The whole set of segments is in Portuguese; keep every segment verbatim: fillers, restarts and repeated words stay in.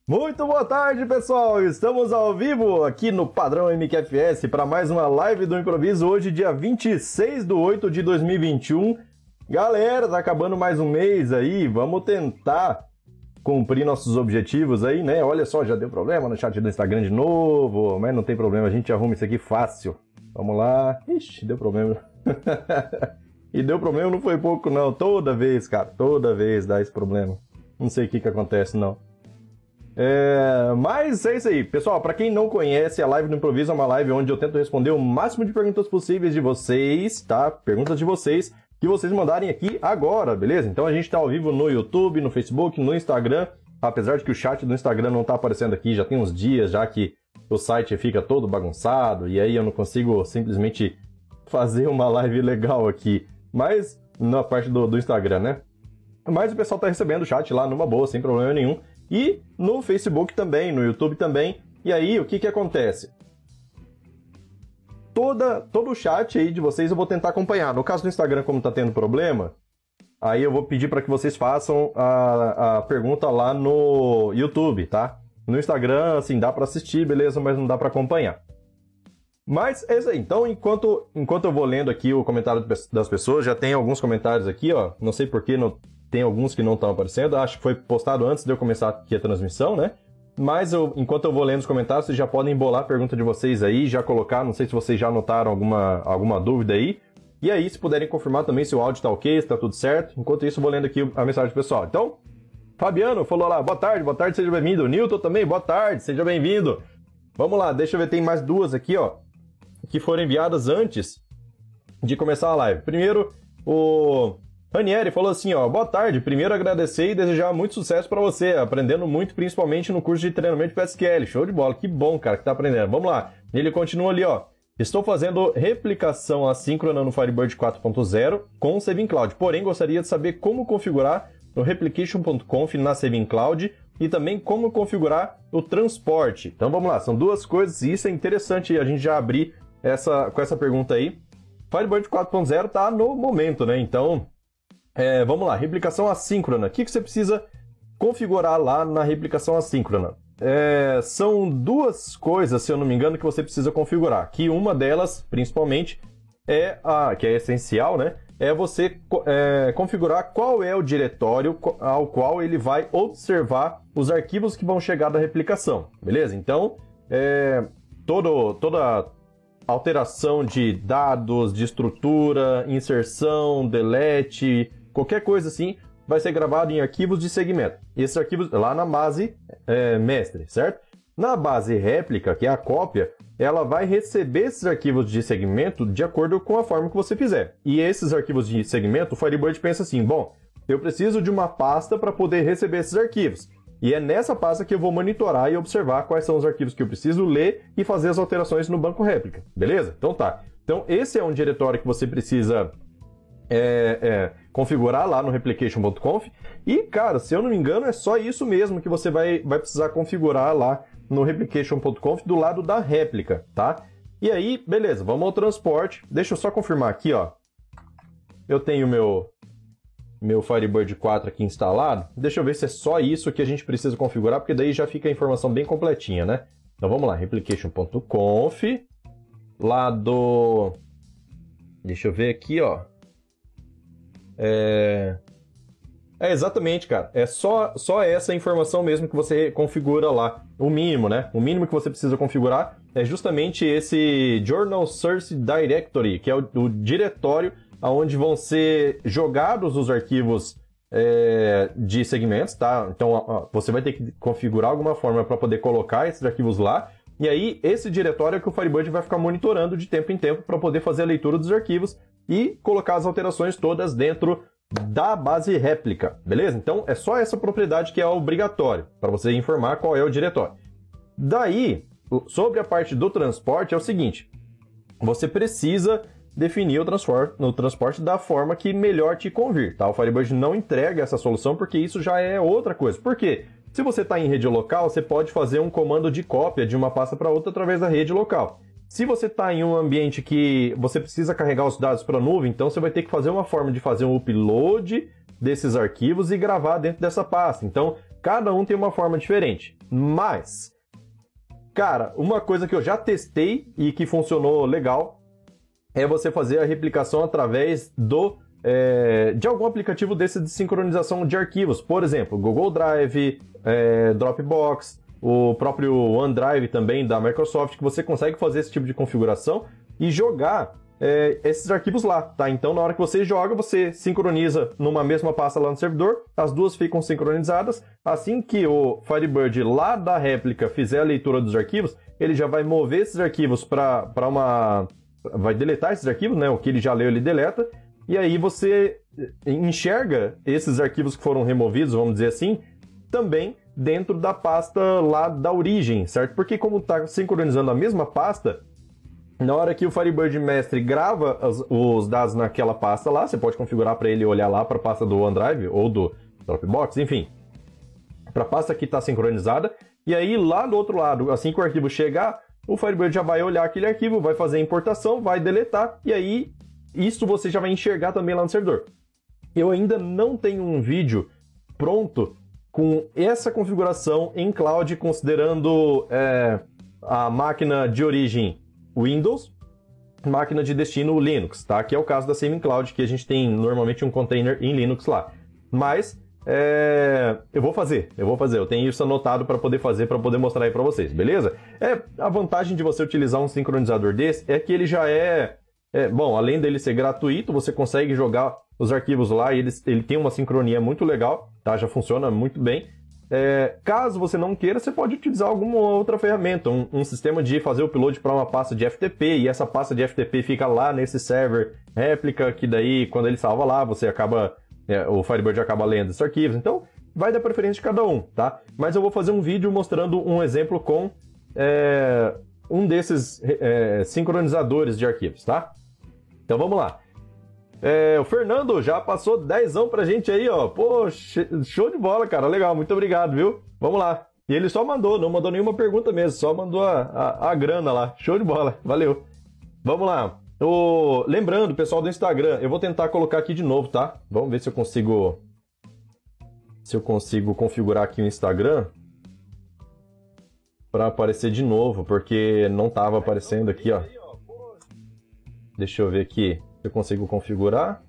Muito boa tarde, pessoal! Estamos ao vivo aqui no Padrão M Q F S para mais uma live do improviso, hoje dia vinte e seis de oito de dois mil e vinte e um. Galera, tá acabando mais um mês aí, vamos tentar cumprir nossos objetivos aí, né? Olha só, já deu problema no chat do Instagram de novo, mas não tem problema, a gente arruma isso aqui fácil. Vamos lá. Ixi, deu problema. E deu problema não foi pouco não, toda vez, cara, toda vez dá esse problema. Não sei o que que acontece não. É, mas é isso aí, pessoal, para quem não conhece, a live do improviso é uma live onde eu tento responder o máximo de perguntas possíveis de vocês, tá? Perguntas de vocês que vocês mandarem aqui agora, beleza? Então a gente tá ao vivo no YouTube, no Facebook, no Instagram, apesar de que o chat do Instagram não tá aparecendo aqui, já tem uns dias já que o site fica todo bagunçado e aí eu não consigo simplesmente fazer uma live legal aqui, mas na parte do, do Instagram, né? Mas o pessoal tá recebendo o chat lá numa boa, sem problema nenhum. E no Facebook também, no YouTube também. E aí, o que que acontece? Toda, todo o chat aí de vocês eu vou tentar acompanhar. No caso do Instagram, como tá tendo problema, aí eu vou pedir para que vocês façam a, a pergunta lá no YouTube, tá? No Instagram, assim, dá para assistir, beleza, mas não dá para acompanhar. Mas é isso aí. Então, enquanto, enquanto eu vou lendo aqui o comentário das pessoas, já tem alguns comentários aqui, ó. Não sei por que não... Tem alguns que não estão aparecendo, acho que foi postado antes de eu começar aqui a transmissão, né? Mas eu, enquanto eu vou lendo os comentários, vocês já podem bolar a pergunta de vocês aí, já colocar, não sei se vocês já anotaram alguma, alguma dúvida aí. E aí, se puderem confirmar também se o áudio está ok, se está tudo certo. Enquanto isso, eu vou lendo aqui a mensagem pessoal. Então, Fabiano falou lá, boa tarde, boa tarde, seja bem-vindo. Newton também, boa tarde, seja bem-vindo. Vamos lá, deixa eu ver, tem mais duas aqui, ó, que foram enviadas antes de começar a live. Primeiro, o... Ranieri falou assim, ó, boa tarde, primeiro agradecer e desejar muito sucesso para você, aprendendo muito, principalmente no curso de treinamento de P S Q L, show de bola, que bom, cara, que tá aprendendo, vamos lá. Ele continua ali, ó, estou fazendo replicação assíncrona no Firebird quatro ponto zero com o Saving Cloud, porém gostaria de saber como configurar no replication ponto conf na Saving Cloud e também como configurar o transporte. Então vamos lá, são duas coisas e isso é interessante a gente já abrir essa, com essa pergunta aí. Firebird quatro ponto zero tá no momento, né, então... É, vamos lá, replicação assíncrona. O que, que você precisa configurar lá na replicação assíncrona? É, são duas coisas, se eu não me engano, que você precisa configurar. Que uma delas, principalmente, é a que é essencial, né? É você é, configurar qual é o diretório ao qual ele vai observar os arquivos que vão chegar da replicação, beleza? Então, é, todo, toda alteração de dados, de estrutura, inserção, delete, qualquer coisa assim, vai ser gravado em arquivos de segmento. Esses arquivos lá na base é, mestre, certo? Na base réplica, que é a cópia, ela vai receber esses arquivos de segmento de acordo com a forma que você fizer. E esses arquivos de segmento, o Firebird pensa assim, bom, eu preciso de uma pasta para poder receber esses arquivos. E é nessa pasta que eu vou monitorar e observar quais são os arquivos que eu preciso ler e fazer as alterações no banco réplica, beleza? Então tá. Então esse é um diretório que você precisa é, é, configurar lá no replication ponto conf. E, cara, se eu não me engano, é só isso mesmo que você vai, vai precisar configurar lá no replication ponto conf do lado da réplica, tá? E aí, beleza, vamos ao transporte. Deixa eu só confirmar aqui, ó. Eu tenho meu... meu Firebird quatro aqui instalado. Deixa eu ver se é só isso que a gente precisa configurar, porque daí já fica a informação bem completinha, né? Então vamos lá, replication ponto conf, lá do... Deixa eu ver aqui, ó. É... é exatamente, cara. É só, só essa informação mesmo que você configura lá. O mínimo, né? O mínimo que você precisa configurar é justamente esse Journal Source Directory, que é o, o diretório onde vão ser jogados os arquivos é, de segmentos, tá? Então, ó, você vai ter que configurar alguma forma para poder colocar esses arquivos lá. E aí, esse diretório é que o Firebird vai ficar monitorando de tempo em tempo para poder fazer a leitura dos arquivos e colocar as alterações todas dentro da base réplica, beleza? Então, é só essa propriedade que é obrigatório para você informar qual é o diretório. Daí, sobre a parte do transporte, é o seguinte, você precisa definir o transporte, no transporte da forma que melhor te convir, tá? O Firebird não entrega essa solução porque isso já é outra coisa. Por quê? Se você está em rede local, você pode fazer um comando de cópia de uma pasta para outra através da rede local. Se você está em um ambiente que você precisa carregar os dados para a nuvem, então você vai ter que fazer uma forma de fazer um upload desses arquivos e gravar dentro dessa pasta. Então, Cada um tem uma forma diferente. Mas, cara, uma coisa que eu já testei e que funcionou legal é você fazer a replicação através do é, de algum aplicativo desse de sincronização de arquivos. Por exemplo, Google Drive, é, Dropbox, o próprio OneDrive também da Microsoft, que você consegue fazer esse tipo de configuração e jogar é, esses arquivos lá, tá? Então, na hora que você joga, você sincroniza numa mesma pasta lá no servidor, as duas ficam sincronizadas. Assim que o Firebird lá da réplica fizer a leitura dos arquivos, ele já vai mover esses arquivos para uma... vai deletar esses arquivos, né? O que ele já leu, ele deleta. E aí você enxerga esses arquivos que foram removidos, vamos dizer assim, também dentro da pasta lá da origem, certo? Porque como está sincronizando a mesma pasta, na hora que o Firebird Mestre grava as, os dados naquela pasta lá, você pode configurar para ele olhar lá para a pasta do OneDrive ou do Dropbox, enfim, para a pasta que está sincronizada, e aí lá do outro lado, assim que o arquivo chegar, o Firebird já vai olhar aquele arquivo, vai fazer a importação, vai deletar, e aí isso você já vai enxergar também lá no servidor. Eu ainda não tenho um vídeo pronto com essa configuração em cloud, considerando é, a máquina de origem Windows, máquina de destino Linux, tá? Que é o caso da SemiCloud, que a gente tem normalmente um container em Linux lá. Mas é, eu vou fazer, eu vou fazer, eu tenho isso anotado para poder fazer, para poder mostrar aí para vocês, beleza? É, a vantagem de você utilizar um sincronizador desse é que ele já é, é bom, além dele ser gratuito, você consegue jogar os arquivos lá e ele, ele tem uma sincronia muito legal, tá? Já funciona muito bem. É, caso você não queira, você pode utilizar alguma outra ferramenta, um, um sistema de fazer o upload para uma pasta de F T P, e essa pasta de F T P fica lá nesse server réplica, que daí, quando ele salva lá, você acaba, é, o Firebird acaba lendo esses arquivos. Então, vai da preferência de cada um, tá? Mas eu vou fazer um vídeo mostrando um exemplo com é, um desses é, sincronizadores de arquivos, tá? Então, vamos lá. É, o Fernando já passou dezão pra gente aí, ó. Pô, show de bola, cara. Legal, muito obrigado, viu? Vamos lá. E ele só mandou, não mandou nenhuma pergunta mesmo, só mandou a, a, a grana lá. Show de bola, valeu. Vamos lá. O... Lembrando, pessoal do Instagram, eu vou tentar colocar aqui de novo, tá? Vamos ver se eu consigo... Se eu consigo configurar aqui o Instagram pra aparecer de novo, porque não tava aparecendo aqui, ó. Deixa eu ver aqui. Eu consigo configurar.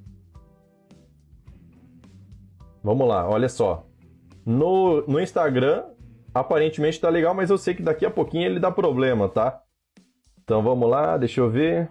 Vamos lá, olha só. No, no Instagram, aparentemente tá legal, mas eu sei que daqui a pouquinho ele dá problema, tá? Então vamos lá, deixa eu ver.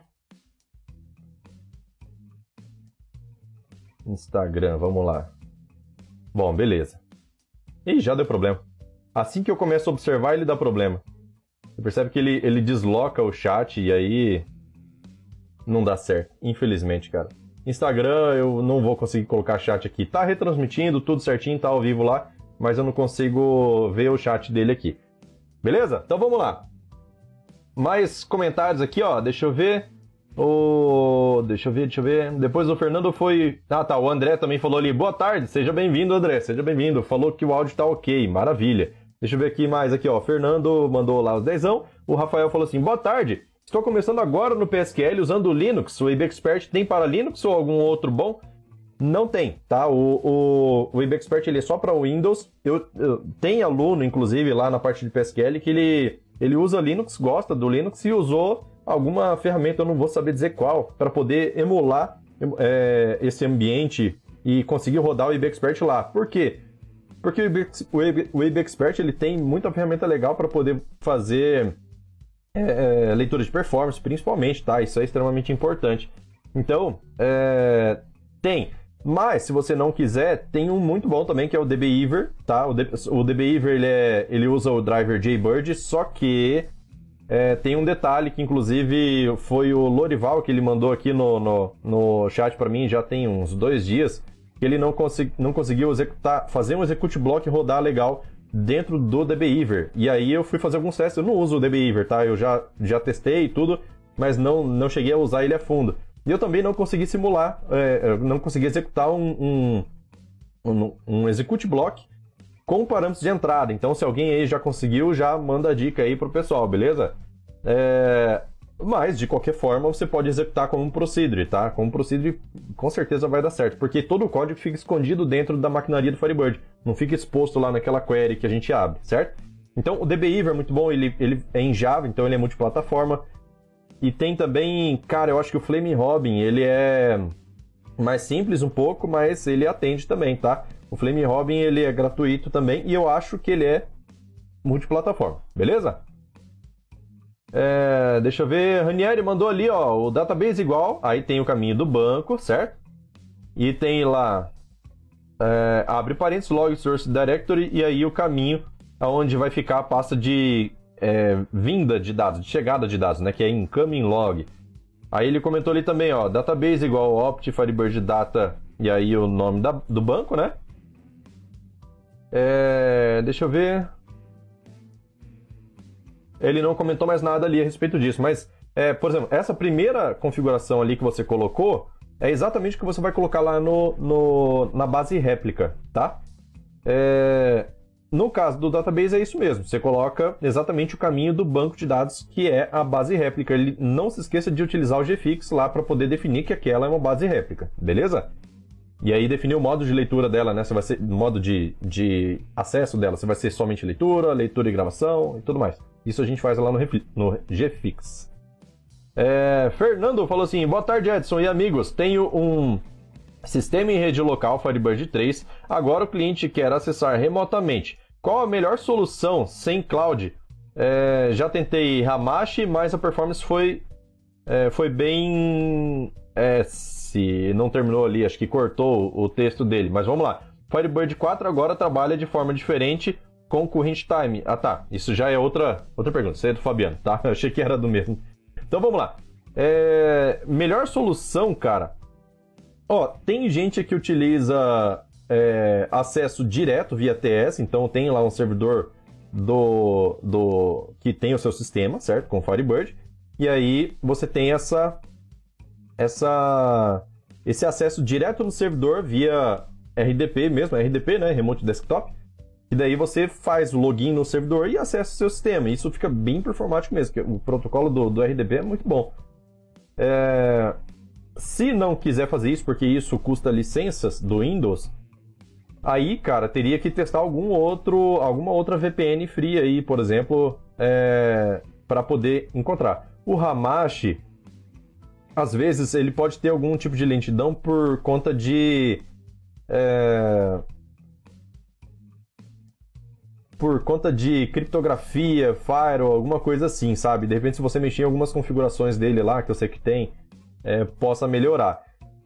Instagram, vamos lá. Bom, beleza. Ih, já deu problema. Assim que eu começo a observar, ele dá problema. Você percebe que ele, ele desloca o chat e aí... não dá certo, infelizmente, cara. Instagram, eu não vou conseguir colocar chat aqui. Tá retransmitindo, tudo certinho, tá ao vivo lá, mas eu não consigo ver o chat dele aqui. Beleza? Então vamos lá. Mais comentários aqui, ó. Deixa eu ver. O... Deixa eu ver, deixa eu ver. Depois o Fernando foi... Ah, tá. O André também falou ali. Boa tarde, seja bem-vindo, André. Seja bem-vindo. Falou que o áudio tá ok. Maravilha. Deixa eu ver aqui mais aqui, ó. Fernando mandou lá os dezão. O Rafael falou assim, boa tarde. Estou começando agora no P S Q L usando o Linux. O WebExpert tem para Linux ou algum outro bom? Não tem, tá? O, o, o WebExpert ele é só para Windows. Eu, eu tenho aluno, inclusive, lá na parte de P S Q L que ele, ele usa Linux, gosta do Linux e usou alguma ferramenta, eu não vou saber dizer qual, para poder emular é, esse ambiente e conseguir rodar o WebExpert lá. Por quê? Porque o WebExpert ele tem muita ferramenta legal para poder fazer... É, é, leitura de performance, principalmente, tá? Isso é extremamente importante. Então, é, tem. Mas, se você não quiser, tem um muito bom também, que é o dbeaver, tá? O, D, o dbeaver, ele, é, ele usa o driver Jaybird, só que é, tem um detalhe que, inclusive, foi o Lorival que ele mandou aqui no, no, no chat para mim, já tem uns dois dias, que ele não, consegui, não conseguiu executar, fazer um execute block rodar legal dentro do dbeaver. E aí eu fui fazer alguns testes. Eu não uso o dbeaver, tá? Eu já, já testei e tudo, mas não, não cheguei a usar ele a fundo. E eu também não consegui simular, é, não consegui executar um, um, um, um execute block com parâmetros de entrada. Então, se alguém aí já conseguiu, já manda a dica aí pro pessoal, beleza? É, Mas, de qualquer forma, você pode executar como um procedure, tá? Como um procedure, com certeza vai dar certo, porque todo o código fica escondido dentro da maquinaria do Firebird. Não fica exposto lá naquela query que a gente abre, certo? Então, o dbeaver é muito bom, ele, ele é em Java, então ele é multiplataforma. E tem também, cara, eu acho que o Flaming Robin, ele é mais simples um pouco, mas ele atende também, tá? O Flaming Robin, ele é gratuito também, e eu acho que ele é multiplataforma, beleza? É, deixa eu ver, Ranieri mandou ali, ó, o database igual, aí tem o caminho do banco, certo? E tem lá, é, abre parênteses, log source directory, e aí o caminho aonde vai ficar a pasta de é, vinda de dados, de chegada de dados, né, que é incoming log. Aí ele comentou ali também, ó, database igual opt Firebird data, e aí o nome da, do banco, né? É, deixa eu ver... Ele não comentou mais nada ali a respeito disso, mas, é, por exemplo, essa primeira configuração ali que você colocou é exatamente o que você vai colocar lá no, no, na base réplica, tá? É, no caso do database é isso mesmo, você coloca exatamente o caminho do banco de dados que é a base réplica. Ele não se esqueça de utilizar o gfix lá para poder definir que aquela é uma base réplica, beleza? E aí definir o modo de leitura dela, né? Você vai ser modo de, de acesso dela, você vai ser somente leitura, leitura e gravação e tudo mais. Isso a gente faz lá no, no gfix. É, Fernando falou assim, boa tarde Edson e amigos, tenho um sistema em rede local Firebird três, agora o cliente quer acessar remotamente. Qual a melhor solução sem cloud? É, já tentei Hamashi, mas a performance foi, é, foi bem... É, se não terminou ali, acho que cortou o texto dele, mas vamos lá. Firebird quatro agora trabalha de forma diferente com current time. Ah tá, isso já é outra, outra pergunta, isso é do Fabiano, tá? Eu achei que era do mesmo. Então vamos lá. É... Melhor solução, cara. Ó, tem gente que utiliza é, acesso direto via T S, então tem lá um servidor do, do que tem o seu sistema, certo? Com Firebird. E aí você tem essa... Essa, esse acesso direto no servidor via R D P mesmo, R D P, né? Remote Desktop. E daí você faz o login no servidor e acessa o seu sistema. Isso fica bem performático mesmo, porque o protocolo do, do R D P é muito bom. É... Se não quiser fazer isso, porque isso custa licenças do Windows, aí, cara, teria que testar algum outro, alguma outra V P N free aí, por exemplo, é... para poder encontrar. O Hamashi... Às vezes ele pode ter algum tipo de lentidão por conta de... É... Por conta de criptografia, firewall, alguma coisa assim, sabe? De repente, se você mexer em algumas configurações dele lá, que eu sei que tem, é, possa melhorar.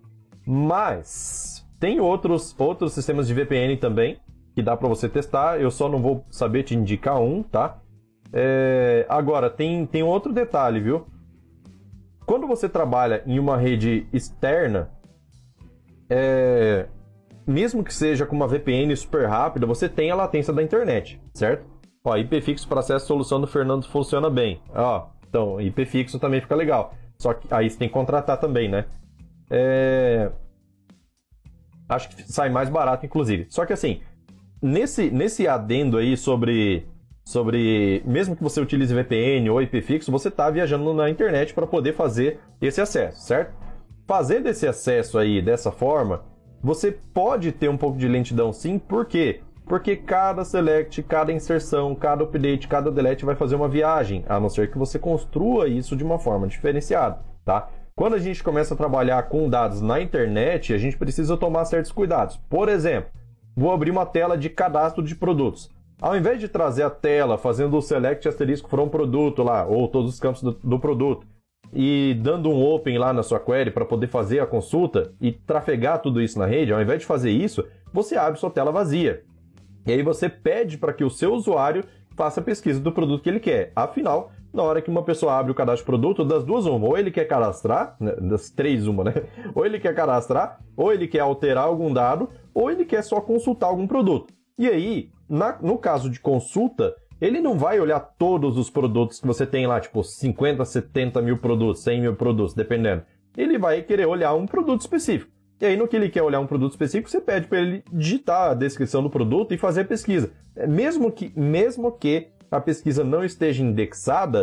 Mas tem outros, outros sistemas de V P N também, que dá para você testar. Eu só não vou saber te indicar um, tá? É... Agora, tem, tem outro detalhe, viu? Quando você trabalha em uma rede externa, é... mesmo que seja com uma V P N super rápida, você tem a latência da internet, certo? Ó, I P fixo para acesso solução do Fernando funciona bem. Ó, então, I P fixo também fica legal. Só que aí você tem que contratar também, né? É... Acho que sai mais barato, inclusive. Só que assim, nesse, nesse adendo aí sobre... sobre, mesmo que você utilize V P N ou I P fixo, você está viajando na internet para poder fazer esse acesso, certo? Fazendo esse acesso aí dessa forma, você pode ter um pouco de lentidão sim, por quê? Porque cada select, cada inserção, cada update, cada delete vai fazer uma viagem, a não ser que você construa isso de uma forma diferenciada, tá? Quando a gente começa a trabalhar com dados na internet, a gente precisa tomar certos cuidados. Por exemplo, vou abrir uma tela de cadastro de produtos. Ao invés de trazer a tela fazendo o select asterisco from produto lá, ou todos os campos do, do produto, e dando um open lá na sua query para poder fazer a consulta e trafegar tudo isso na rede, ao invés de fazer isso, você abre sua tela vazia. E aí você pede para que o seu usuário faça a pesquisa do produto que ele quer. Afinal, na hora que uma pessoa abre o cadastro de produto, das duas uma, ou ele quer cadastrar, né, das três uma, né? Ou ele quer cadastrar, ou ele quer alterar algum dado, ou ele quer só consultar algum produto. E aí, na, no caso de consulta, ele não vai olhar todos os produtos que você tem lá, tipo cinquenta, setenta mil produtos, cem mil produtos, dependendo. Ele vai querer olhar um produto específico. E aí, no que ele quer olhar um produto específico, você pede para ele digitar a descrição do produto e fazer a pesquisa. Mesmo que, mesmo que a pesquisa não esteja indexada,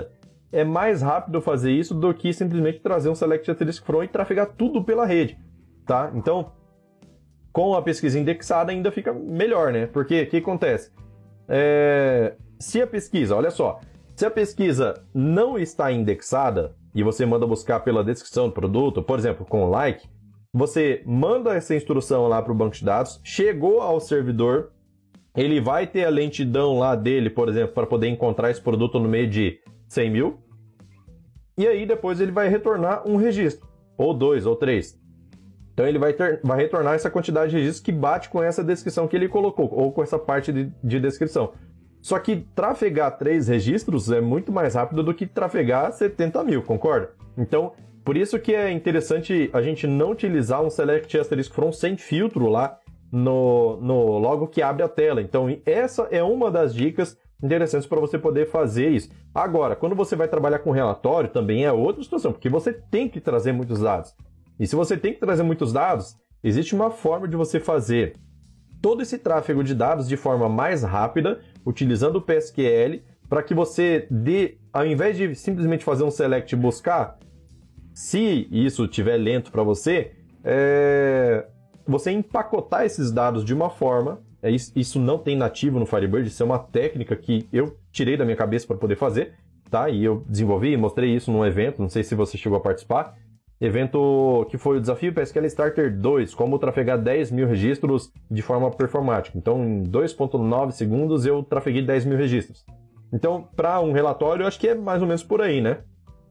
é mais rápido fazer isso do que simplesmente trazer um select asterisco from e trafegar tudo pela rede, tá? Então, com a pesquisa indexada ainda fica melhor, né? Porque o que acontece? É... Se a pesquisa, olha só, se a pesquisa não está indexada e você manda buscar pela descrição do produto, por exemplo, com like, você manda essa instrução lá para o banco de dados, chegou ao servidor, ele vai ter a lentidão lá dele, por exemplo, para poder encontrar esse produto no meio de cem mil, e aí depois ele vai retornar um registro, ou dois, ou três. Então ele vai, ter, vai retornar essa quantidade de registros que bate com essa descrição que ele colocou, ou com essa parte de, de descrição. Só que trafegar três registros é muito mais rápido do que trafegar setenta mil, concorda? Então, por isso que é interessante a gente não utilizar um select asterisco from sem filtro lá no, no logo que abre a tela. Então, essa é uma das dicas interessantes para você poder fazer isso. Agora, quando você vai trabalhar com relatório, também é outra situação, porque você tem que trazer muitos dados. E se você tem que trazer muitos dados, existe uma forma de você fazer todo esse tráfego de dados de forma mais rápida, utilizando o P S Q L, para que você dê, ao invés de simplesmente fazer um select e buscar, se isso estiver lento para você, é... você empacotar esses dados de uma forma, é isso, isso não tem nativo no Firebird, isso é uma técnica que eu tirei da minha cabeça para poder fazer, tá? E eu desenvolvi e mostrei isso num evento, não sei se você chegou a participar, evento que foi o desafio P S Q L Starter dois, como trafegar dez mil registros de forma performática. Então, em dois ponto nove segundos, eu trafeguei dez mil registros. Então, para um relatório, eu acho que é mais ou menos por aí, né?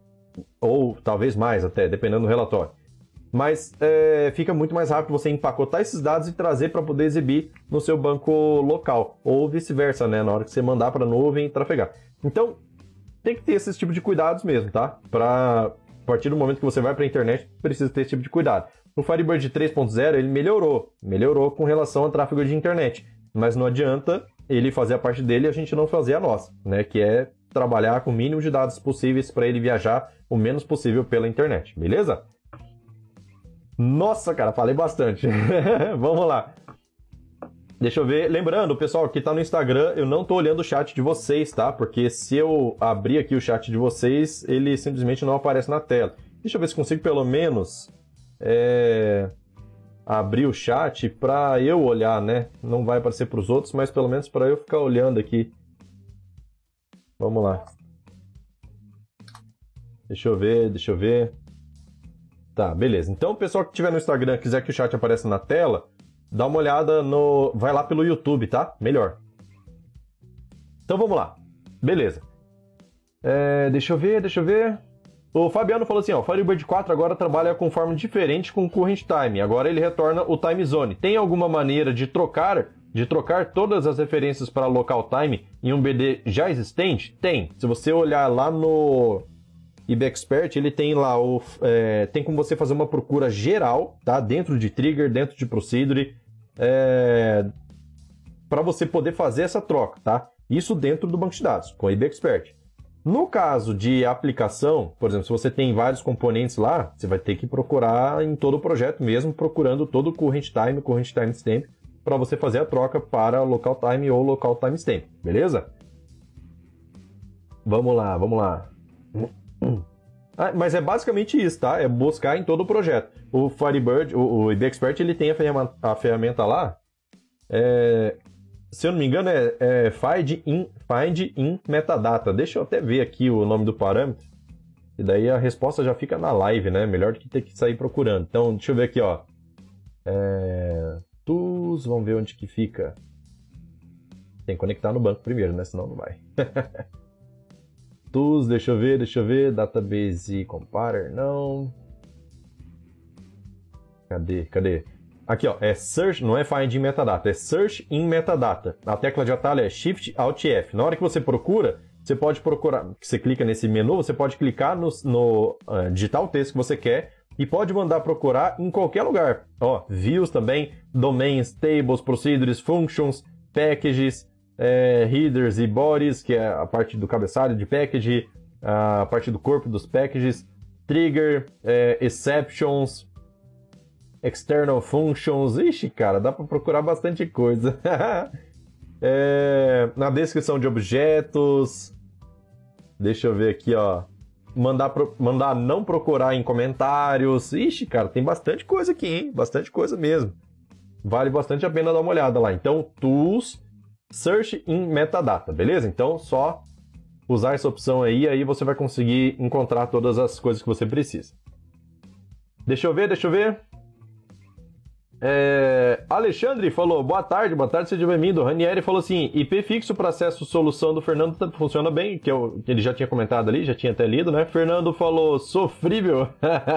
Ou talvez mais até, dependendo do relatório. Mas é, fica muito mais rápido você empacotar esses dados e trazer para poder exibir no seu banco local. Ou vice-versa, né? Na hora que você mandar para a nuvem e trafegar. Então, tem que ter esse tipo de cuidados mesmo, tá? Para... A partir do momento que você vai para a internet, precisa ter esse tipo de cuidado. O Firebird três ponto zero, ele melhorou. Melhorou com relação ao tráfego de internet. Mas não adianta ele fazer a parte dele e a gente não fazer a nossa, né? Que é trabalhar com o mínimo de dados possíveis para ele viajar o menos possível pela internet, beleza? Nossa, cara, falei bastante. Vamos lá. Deixa eu ver. Lembrando, pessoal, que tá no Instagram, eu não tô olhando o chat de vocês, tá? Porque se eu abrir aqui o chat de vocês, ele simplesmente não aparece na tela. Deixa eu ver se consigo pelo menos é... abrir o chat pra eu olhar, né? Não vai aparecer pros outros, mas pelo menos pra eu ficar olhando aqui. Vamos lá. Deixa eu ver, deixa eu ver. Tá, beleza. Então, o pessoal que estiver no Instagram e quiser que o chat apareça na tela, dá uma olhada no... Vai lá pelo YouTube, tá? Melhor. Então, vamos lá. Beleza. É, deixa eu ver, deixa eu ver. O Fabiano falou assim, ó, o Firebird quatro agora trabalha com forma diferente com o Current Time. Agora ele retorna o Time Zone. Tem alguma maneira de trocar, de trocar todas as referências para Local Time em um B D já existente? Tem. Se você olhar lá no I B Expert, ele tem lá o... É, tem como você fazer uma procura geral, tá? Dentro de Trigger, dentro de Procedure, é, para você poder fazer essa troca, tá? Isso dentro do banco de dados, com o I B Expert. No caso de aplicação, por exemplo, se você tem vários componentes lá, você vai ter que procurar em todo o projeto mesmo, procurando todo o Current Time, Current Timestamp, para você fazer a troca para Local Time ou Local Timestamp, beleza? Vamos lá, vamos lá. Ah, mas é basicamente isso, tá? É buscar em todo o projeto. O Firebird, o, o I B Expert, ele tem a ferramenta, a ferramenta lá, é, se eu não me engano, é, é Find, in, Find in Metadata. Deixa eu até ver aqui o nome do parâmetro. E daí a resposta já fica na live, né? Melhor do que ter que sair procurando. Então, deixa eu ver aqui, ó. É, Tools, vamos ver onde que fica. Tem que conectar no banco primeiro, né? Senão não vai. Tools, deixa eu ver, deixa eu ver. Database Comparer, não. Cadê, cadê? Aqui, ó, é Search, não é Find in Metadata, é Search in Metadata. A tecla de atalho é Shift Alt F. Na hora que você procura, você pode procurar, você clica nesse menu, você pode clicar no, no uh, digitar o texto que você quer e pode mandar procurar em qualquer lugar. Ó, Views também, Domains, Tables, Procedures, Functions, Packages, é, Headers e Bodies, que é a parte do cabeçalho de package, a parte do corpo dos packages, Trigger, é, Exceptions, External Functions. Ixi, cara, dá para procurar bastante coisa. é, na descrição de objetos. Deixa eu ver aqui, ó. Mandar, pro, mandar não procurar em comentários. Ixi, cara, tem bastante coisa aqui, hein? Bastante coisa mesmo. Vale bastante a pena dar uma olhada lá. Então, Tools, Search in Metadata, beleza? Então, só usar essa opção aí, aí você vai conseguir encontrar todas as coisas que você precisa. Deixa eu ver, deixa eu ver. É... Alexandre falou, boa tarde, boa tarde, seja bem-vindo. Ranieri falou assim, I P fixo para acesso solução do Fernando funciona bem, que eu, ele já tinha comentado ali, já tinha até lido, né? Fernando falou, sofrível.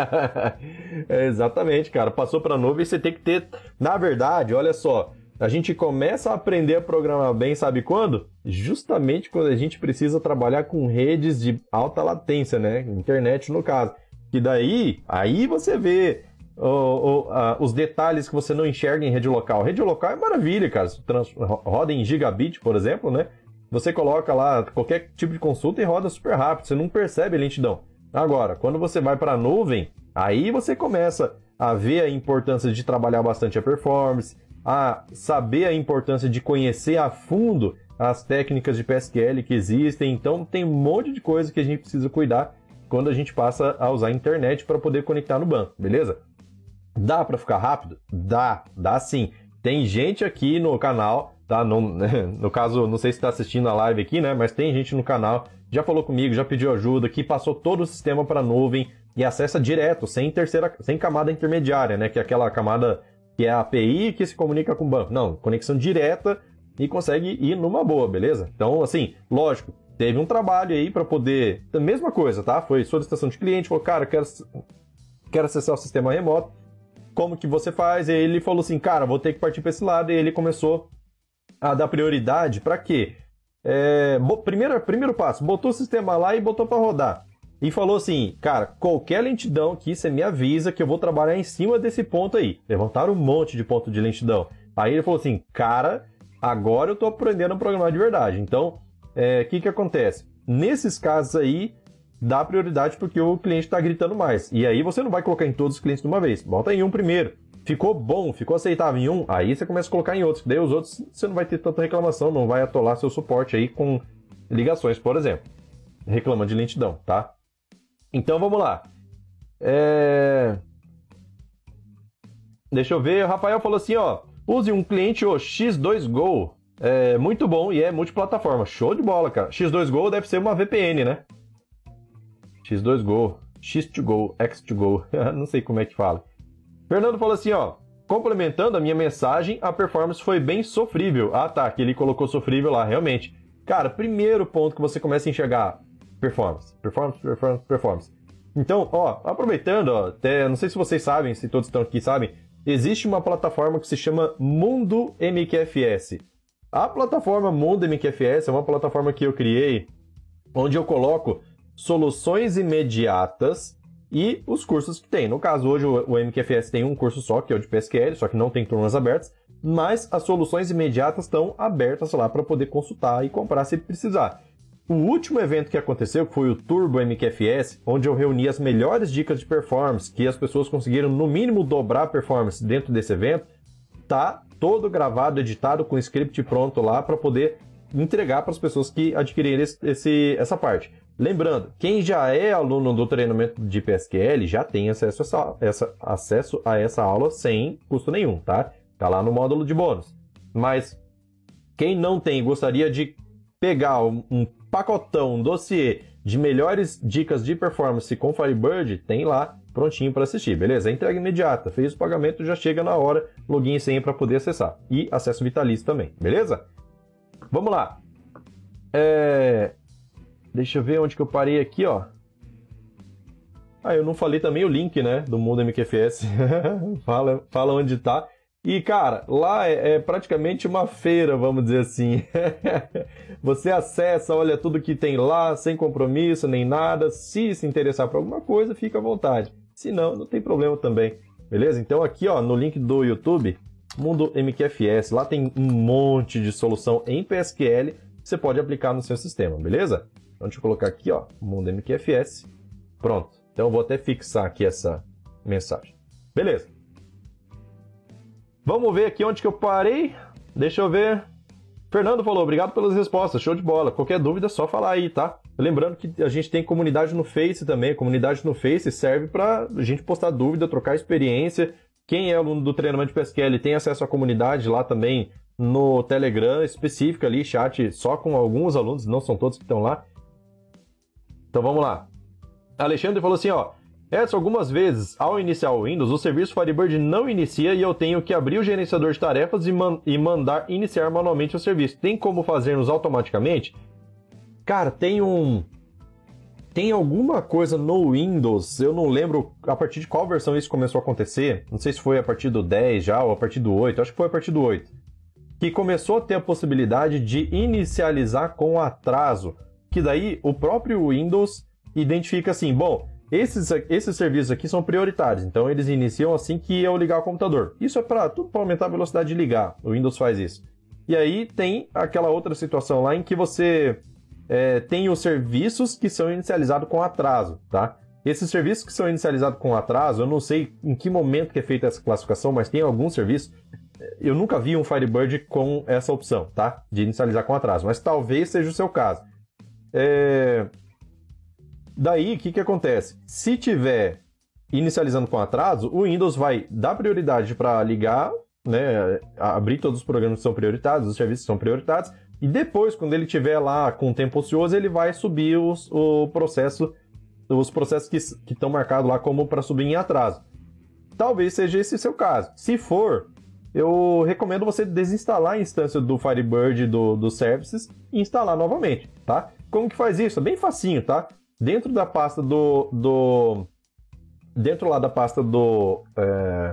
É, exatamente, cara, passou para nuvem, você tem que ter, na verdade, olha só, a gente começa a aprender a programar bem, sabe quando? Justamente quando a gente precisa trabalhar com redes de alta latência, né? Internet no caso. E daí, aí você vê O, o, uh, os detalhes que você não enxerga em rede local. Rede local é maravilha, cara. Trans, roda em gigabit, por exemplo, né? Você coloca lá qualquer tipo de consulta e roda super rápido. Você não percebe a lentidão. Agora, quando você vai para a nuvem, aí você começa a ver a importância de trabalhar bastante a performance, a saber a importância de conhecer a fundo as técnicas de P S Q L que existem. Então, tem um monte de coisa que a gente precisa cuidar quando a gente passa a usar a internet para poder conectar no banco, beleza? Dá para ficar rápido? Dá, dá sim. Tem gente aqui no canal, tá? No, no caso, não sei se está assistindo a live aqui, né? Mas tem gente no canal, já falou comigo, já pediu ajuda, que passou todo o sistema para a nuvem e acessa direto, sem terceira, sem camada intermediária, né? Que é aquela camada que é a A P I que se comunica com o banco. Não, conexão direta e consegue ir numa boa, beleza? Então, assim, lógico, teve um trabalho aí para poder... A mesma coisa, tá? Foi solicitação de cliente, falou, cara, quero, quero acessar o sistema remoto. Como que você faz? E ele falou assim, cara, vou ter que partir para esse lado. E ele começou a dar prioridade para quê? É, primeiro, primeiro passo, botou o sistema lá e botou para rodar. E falou assim, cara, qualquer lentidão aqui, você me avisa que eu vou trabalhar em cima desse ponto aí. Levantaram um monte de ponto de lentidão. Aí ele falou assim, cara, agora eu tô aprendendo a programar de verdade. Então, o é, que que acontece? Nesses casos aí, dá prioridade porque o cliente está gritando mais. E aí você não vai colocar em todos os clientes de uma vez. Bota em um primeiro. Ficou bom, ficou aceitável em um, aí você começa a colocar em outros. Daí os outros você não vai ter tanta reclamação, não vai atolar seu suporte aí com ligações, por exemplo. Reclama de lentidão, tá? Então vamos lá. É... Deixa eu ver, o Rafael falou assim, ó. Use um cliente o X dois Go. É muito bom e é multiplataforma. Show de bola, cara. X dois Go deve ser uma V P N, né? X dois Go, X dois Go, X dois Go, não sei como é que fala. Fernando falou assim, ó, complementando a minha mensagem, a performance foi bem sofrível. Ah, tá, que ele colocou sofrível lá, realmente. Cara, primeiro ponto que você começa a enxergar, performance, performance, performance, performance. Então, ó, aproveitando, ó, até, não sei se vocês sabem, se todos estão aqui sabem, existe uma plataforma que se chama Mundo M Q F S. A plataforma Mundo M Q F S é uma plataforma que eu criei, onde eu coloco soluções imediatas e os cursos que tem. No caso, hoje o M Q F S tem um curso só, que é o de P S Q L, só que não tem turmas abertas, mas as soluções imediatas estão abertas lá para poder consultar e comprar se precisar. O último evento que aconteceu, que foi o Turbo M Q F S, onde eu reuni as melhores dicas de performance, que as pessoas conseguiram no mínimo dobrar a performance dentro desse evento, tá todo gravado, editado, com script pronto lá para poder entregar para as pessoas que adquirirem esse, esse, essa parte. Lembrando, quem já é aluno do treinamento de P S Q L já tem acesso a essa, essa, acesso a essa aula sem custo nenhum, tá? Tá lá no módulo de bônus. Mas quem não tem e gostaria de pegar um, um pacotão, um dossiê de melhores dicas de performance com Firebird, tem lá prontinho para assistir, beleza? Entrega imediata, fez o pagamento, já chega na hora, login e senha para poder acessar. E acesso vitalício também, beleza? Vamos lá. É... Deixa eu ver onde que eu parei aqui, ó. Ah, eu não falei também o link, né, do Mundo M Q F S. fala, fala onde tá. E, cara, lá é, é praticamente uma feira, vamos dizer assim. Você acessa, olha tudo que tem lá, sem compromisso, nem nada. Se se interessar por alguma coisa, fica à vontade. Se não, não tem problema também. Beleza? Então aqui, ó, no link do YouTube, Mundo M Q F S, lá tem um monte de solução em P S Q L que você pode aplicar no seu sistema, beleza? Então deixa eu colocar aqui, ó, Mundo M Q F S. Pronto. Então eu vou até fixar aqui essa mensagem. Beleza. Vamos ver aqui onde que eu parei. Deixa eu ver. Fernando falou, obrigado pelas respostas, show de bola. Qualquer dúvida é só falar aí, tá? Lembrando que a gente tem comunidade no Face também. A comunidade no Face serve pra gente postar dúvida, trocar experiência. Quem é aluno do treinamento de P S Q L tem acesso à comunidade lá também no Telegram específico ali, chat só com alguns alunos, não são todos que estão lá. Então vamos lá. Alexandre falou assim, ó. Edson, algumas vezes, ao iniciar o Windows, o serviço Firebird não inicia e eu tenho que abrir o gerenciador de tarefas e, man e mandar iniciar manualmente o serviço. Tem como fazermos automaticamente? Cara, tem um... Tem alguma coisa no Windows, eu não lembro a partir de qual versão isso começou a acontecer. Não sei se foi a partir do dez já ou a partir do oito, acho que foi a partir do oito. Que começou a ter a possibilidade de inicializar com atraso. Que daí o próprio Windows identifica assim, bom... Esses, esses serviços aqui são prioritários, então eles iniciam assim que eu ligar o computador. Isso é para tudo para aumentar a velocidade de ligar, o Windows faz isso. E aí tem aquela outra situação lá em que você é, tem os serviços que são inicializados com atraso, tá? Esses serviços que são inicializados com atraso, eu não sei em que momento que é feita essa classificação, mas tem alguns serviços, eu nunca vi um Firebird com essa opção, tá? De inicializar com atraso, mas talvez seja o seu caso. É... Daí, o que, que acontece? Se tiver inicializando com atraso, o Windows vai dar prioridade para ligar, né, abrir todos os programas que são prioritários, os serviços que são prioritários, e depois, quando ele tiver lá com tempo ocioso, ele vai subir os, o processo, os processos que estão marcados lá como para subir em atraso. Talvez seja esse o seu caso. Se for, eu recomendo você desinstalar a instância do Firebird do, do Services e instalar novamente, tá? Como que faz isso? É bem facinho, tá? Dentro da pasta do... do dentro lá da pasta do... É,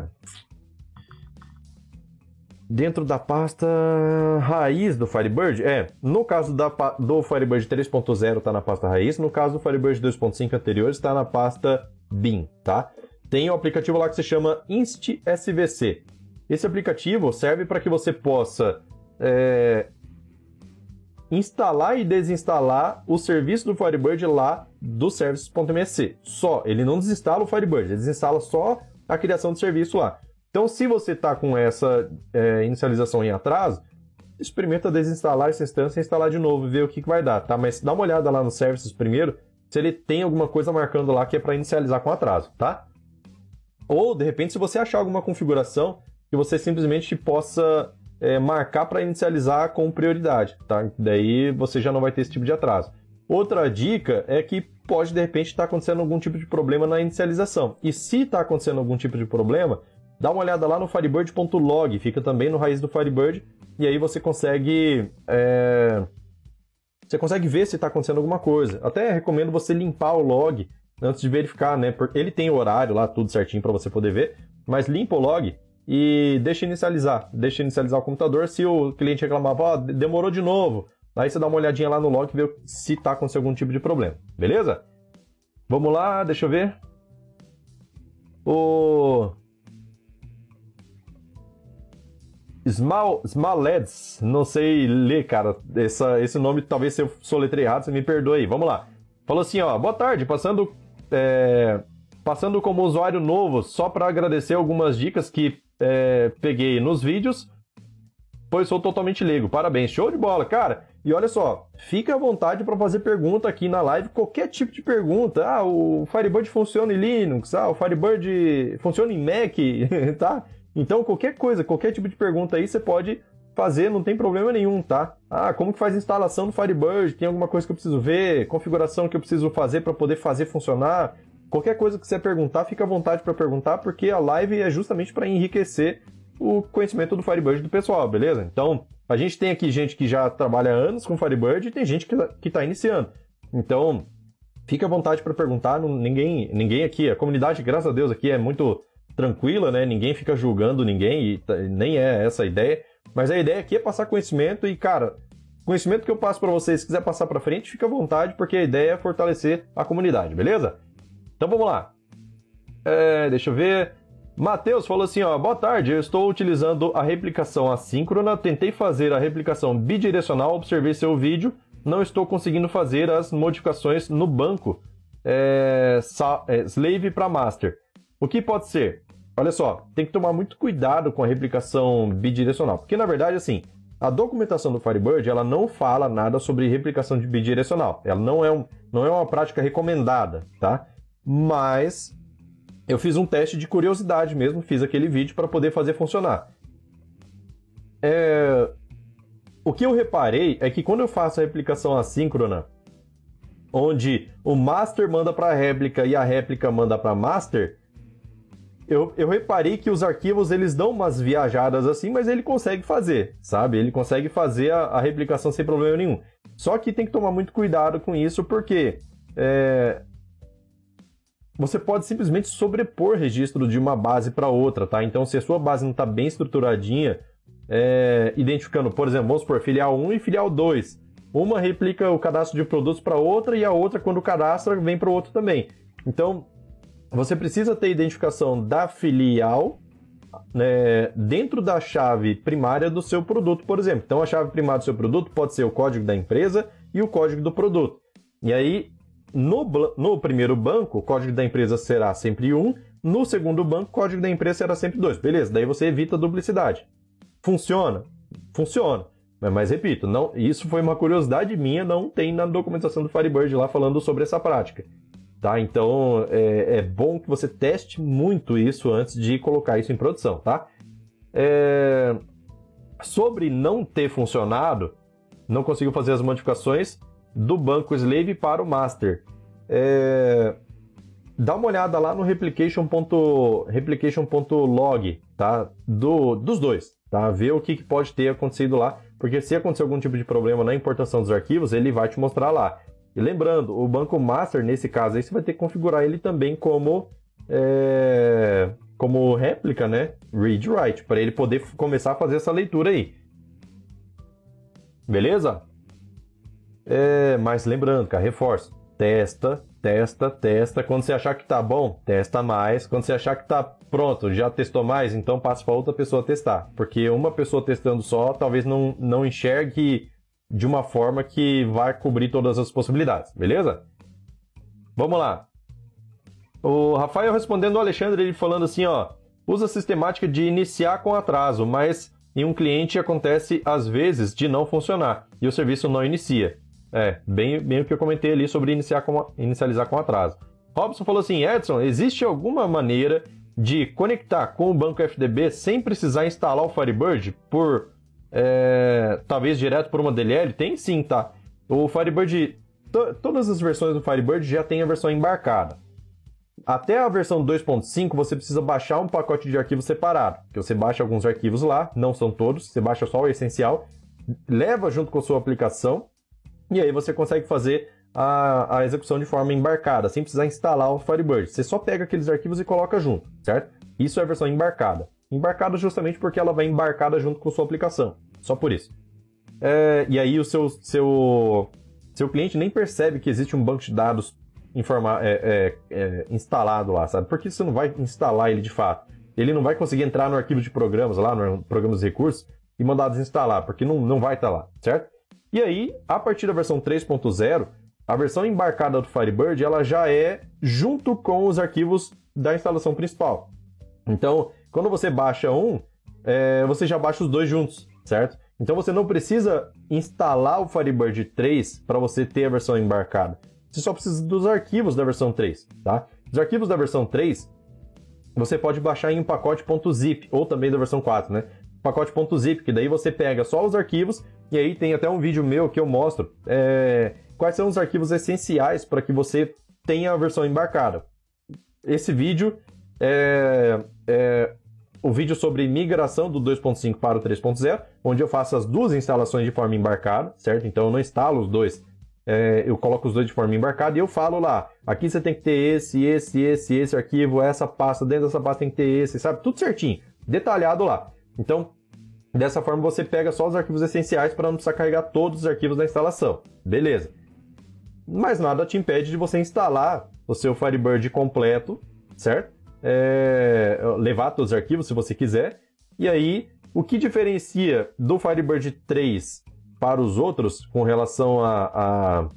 dentro da pasta raiz do Firebird, é, no caso da, do Firebird três ponto zero está na pasta raiz, no caso do Firebird dois ponto cinco anterior está na pasta bin, tá? Tem um aplicativo lá que se chama InstSVC. Esse aplicativo serve para que você possa... É, instalar e desinstalar o serviço do Firebird lá do services.msc. Só, ele não desinstala o Firebird, ele desinstala só a criação de serviço lá. Então, se você está com essa é, inicialização em atraso, experimenta desinstalar essa instância e instalar de novo e ver o que, que vai dar, tá? Mas dá uma olhada lá no services primeiro, se ele tem alguma coisa marcando lá que é para inicializar com atraso, tá? Ou, de repente, se você achar alguma configuração que você simplesmente possa... É, marcar para inicializar com prioridade, tá? Daí você já não vai ter esse tipo de atraso. Outra dica é que pode, de repente, estar acontecendo algum tipo de problema na inicialização. E se está acontecendo algum tipo de problema, dá uma olhada lá no firebird ponto log, fica também no raiz do Firebird, e aí você consegue, é... você consegue ver se está acontecendo alguma coisa. Até recomendo você limpar o log antes de verificar, né? Porque ele tem o horário lá, tudo certinho para você poder ver, mas limpa o log e deixa inicializar, deixa inicializar o computador. Se o cliente reclamava, ó, oh, demorou de novo, aí você dá uma olhadinha lá no log e vê se está acontecendo algum tipo de problema, beleza? Vamos lá, deixa eu ver. O Small, Smalleds, não sei ler, cara, essa, esse nome talvez se eu soletrei errado, você me perdoe aí, vamos lá. Falou assim, ó, boa tarde, passando, é, passando como usuário novo, só para agradecer algumas dicas que É, peguei nos vídeos, pois sou totalmente leigo. Parabéns, show de bola, cara. E olha só, fica à vontade para fazer pergunta aqui na live, qualquer tipo de pergunta. Ah, o Firebird funciona em Linux, ah, o Firebird funciona em Mac, tá? Então qualquer coisa, qualquer tipo de pergunta aí você pode fazer, não tem problema nenhum, tá? Ah, como que faz a instalação do Firebird? Tem alguma coisa que eu preciso ver? Configuração que eu preciso fazer para poder fazer funcionar? Qualquer coisa que você perguntar, fica à vontade para perguntar, porque a live é justamente para enriquecer o conhecimento do Firebird do pessoal, beleza? Então, a gente tem aqui gente que já trabalha há anos com Firebird e tem gente que está iniciando. Então, fica à vontade para perguntar, não, ninguém, ninguém aqui, a comunidade, graças a Deus, aqui é muito tranquila, né? Ninguém fica julgando ninguém, e nem é essa a ideia, mas a ideia aqui é passar conhecimento e, cara, conhecimento que eu passo para vocês, se quiser passar para frente, fica à vontade, porque a ideia é fortalecer a comunidade, beleza? Então vamos lá. É, deixa eu ver. Matheus falou assim, ó, boa tarde, eu estou utilizando a replicação assíncrona, tentei fazer a replicação bidirecional, observei seu vídeo, não estou conseguindo fazer as modificações no banco é, é, slave para master. O que pode ser? Olha só, tem que tomar muito cuidado com a replicação bidirecional, porque na verdade assim, A documentação do Firebird, ela não fala nada sobre replicação de bidirecional. Ela não é, um, não é uma prática recomendada, tá? Mas eu fiz um teste de curiosidade mesmo, fiz aquele vídeo para poder fazer funcionar. É... O que eu reparei é que quando eu faço a replicação assíncrona, onde o master manda para a réplica e a réplica manda para master, eu, eu reparei que os arquivos eles dão umas viajadas assim, mas ele consegue fazer, sabe? Ele consegue fazer a, a replicação sem problema nenhum. Só que tem que tomar muito cuidado com isso, porque é, você pode simplesmente sobrepor registro de uma base para outra, tá? Então, se a sua base não está bem estruturadinha, é, identificando, por exemplo, vamos supor, filial um e filial dois. Uma replica o cadastro de produtos para outra e a outra, quando cadastra, vem para o outro também. Então, você precisa ter identificação da filial, né, dentro da chave primária do seu produto, por exemplo. Então, a chave primária do seu produto pode ser o código da empresa e o código do produto. E aí, no, no primeiro banco, o código da empresa será sempre um. No segundo banco, o código da empresa será sempre dois. Beleza, daí você evita a duplicidade. Funciona? Funciona. Mas, repito, não, isso foi uma curiosidade minha, não tem na documentação do Firebird lá falando sobre essa prática. Tá? Então, é, é bom que você teste muito isso antes de colocar isso em produção, tá? É... Sobre não ter funcionado, não conseguiu fazer as modificações do banco slave para o master. É... Dá uma olhada lá no replication ponto log, tá? Do, dos dois, tá? Vê o que, que pode ter acontecido lá, porque se acontecer algum tipo de problema na importação dos arquivos, ele vai te mostrar lá. E lembrando, o banco master, nesse caso aí, você vai ter que configurar ele também como, é, como réplica, né? Read-write, para ele poder começar a fazer essa leitura aí. Beleza? É, mas lembrando, cara, reforço. Testa, testa, testa. Quando você achar que tá bom, testa mais. Quando você achar que tá pronto, já testou mais, então passa para outra pessoa testar. Porque uma pessoa testando só, talvez não, não enxergue de uma forma que vai cobrir todas as possibilidades, beleza? Vamos lá. O Rafael respondendo ao Alexandre, ele falando assim, ó, usa a sistemática de iniciar com atraso, mas em um cliente acontece às vezes de não funcionar e o serviço não inicia. É, bem, bem o que eu comentei ali sobre iniciar com, inicializar com atraso. Robson falou assim, Edson, existe alguma maneira de conectar com o banco F D B sem precisar instalar o Firebird por... É, talvez direto por uma D L L? Tem sim, tá? O Firebird, to, todas as versões do Firebird já tem a versão embarcada. Até a versão dois ponto cinco você precisa baixar um pacote de arquivos separado, que você baixa alguns arquivos lá, não são todos, você baixa só o essencial, leva junto com a sua aplicação e aí você consegue fazer a, a execução de forma embarcada, sem precisar instalar o Firebird. Você só pega aqueles arquivos e coloca junto, certo? Isso é a versão embarcada. Embarcada justamente porque ela vai embarcada junto com a sua aplicação. Só por isso. É, e aí o seu, seu, seu cliente nem percebe que existe um banco de dados informa, é, é, é, instalado lá, sabe? Porque você não vai instalar ele de fato. Ele não vai conseguir entrar no arquivo de programas lá, no programa dos recursos, e mandar desinstalar, porque não, não vai estar lá, certo? E aí, a partir da versão três ponto zero, a versão embarcada do Firebird, ela já é junto com os arquivos da instalação principal. Então, quando você baixa um, é, você já baixa os dois juntos, certo? Então você não precisa instalar o Firebird três para você ter a versão embarcada. Você só precisa dos arquivos da versão três, tá? Os arquivos da versão três, você pode baixar em um pacote .zip, ou também da versão quatro, né? Pacote .zip, que daí você pega só os arquivos, e aí tem até um vídeo meu que eu mostro é, quais são os arquivos essenciais para que você tenha a versão embarcada. Esse vídeo é... é o vídeo sobre migração do dois ponto cinco para o três ponto zero, onde eu faço as duas instalações de forma embarcada, certo? Então eu não instalo os dois, é, eu coloco os dois de forma embarcada e eu falo lá, aqui você tem que ter esse, esse, esse, esse arquivo, essa pasta, dentro dessa pasta tem que ter esse, sabe? Tudo certinho, detalhado lá. Então, dessa forma você pega só os arquivos essenciais para não precisar carregar todos os arquivos da instalação. Beleza. Mas nada te impede de você instalar o seu Firebird completo, certo? É, levar todos os arquivos se você quiser. E aí, o que diferencia do Firebird três para os outros com relação à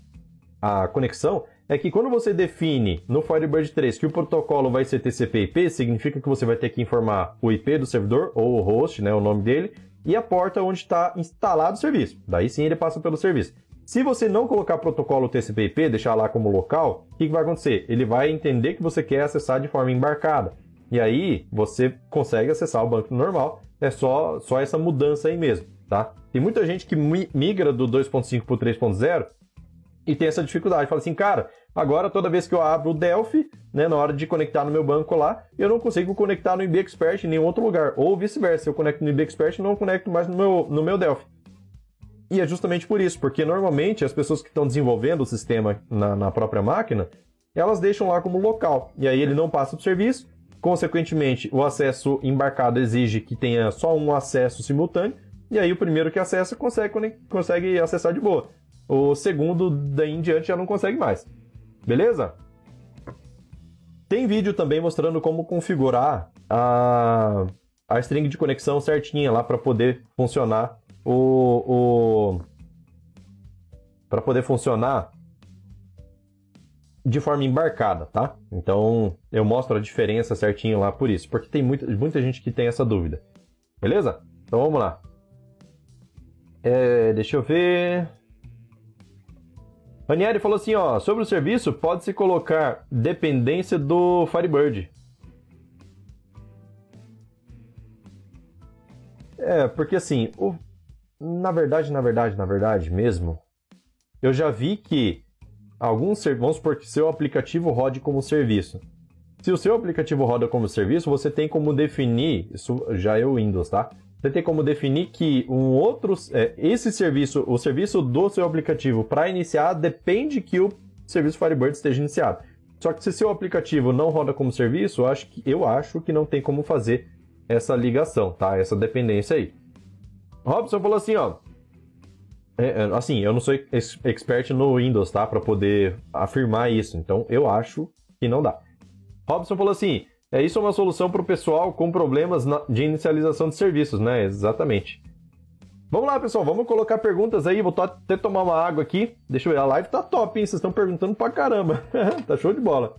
a, a, a conexão é que quando você define no Firebird três que o protocolo vai ser T C P I P, significa que você vai ter que informar o I P do servidor ou o host, né, o nome dele, e a porta onde está instalado o serviço. Daí sim ele passa pelo serviço. Se você não colocar protocolo T C P I P, deixar lá como local, o que, que vai acontecer? Ele vai entender que você quer acessar de forma embarcada. E aí você consegue acessar o banco normal. É só, só essa mudança aí mesmo, tá? Tem muita gente que migra do dois ponto cinco para o três ponto zero e tem essa dificuldade. Fala assim, cara, agora toda vez que eu abro o Delphi, né, na hora de conectar no meu banco lá, eu não consigo conectar no I B Expert em nenhum outro lugar. Ou vice-versa, eu conecto no I B Expert e não conecto mais no meu, no meu Delphi. E é justamente por isso, porque normalmente as pessoas que estão desenvolvendo o sistema na, na própria máquina, elas deixam lá como local. E aí ele não passa para o serviço, consequentemente o acesso embarcado exige que tenha só um acesso simultâneo, e aí o primeiro que acessa consegue, consegue acessar de boa. O segundo, daí em diante, já não consegue mais. Beleza? Tem vídeo também mostrando como configurar a, a string de conexão certinha lá para poder funcionar o, o para poder funcionar de forma embarcada, tá? Então eu mostro a diferença certinho lá por isso, porque tem muita, muita gente que tem essa dúvida. Beleza? Então vamos lá. É, deixa eu ver. Ranieri falou assim, ó, sobre o serviço, pode-se colocar dependência do Firebird. É, porque assim, o... na verdade, na verdade, na verdade mesmo, eu já vi que alguns serviços, vamos supor que seu aplicativo rode como serviço. Se o seu aplicativo roda como serviço, você tem como definir, isso já é o Windows, tá? Você tem como definir que um outro, é, esse serviço, o serviço do seu aplicativo para iniciar depende que o serviço Firebird esteja iniciado. Só que se seu aplicativo não roda como serviço, eu acho que, eu acho que não tem como fazer essa ligação, tá? Essa dependência aí. Robson falou assim, ó. É, assim, eu não sou ex expert no Windows, tá? Para poder afirmar isso. Então, eu acho que não dá. Robson falou assim, é isso é uma solução para o pessoal com problemas de inicialização de serviços, né? Exatamente. Vamos lá, pessoal. Vamos colocar perguntas aí. Vou até tomar uma água aqui. Deixa eu ver. A live tá top, hein? Vocês estão perguntando pra caramba. Tá show de bola.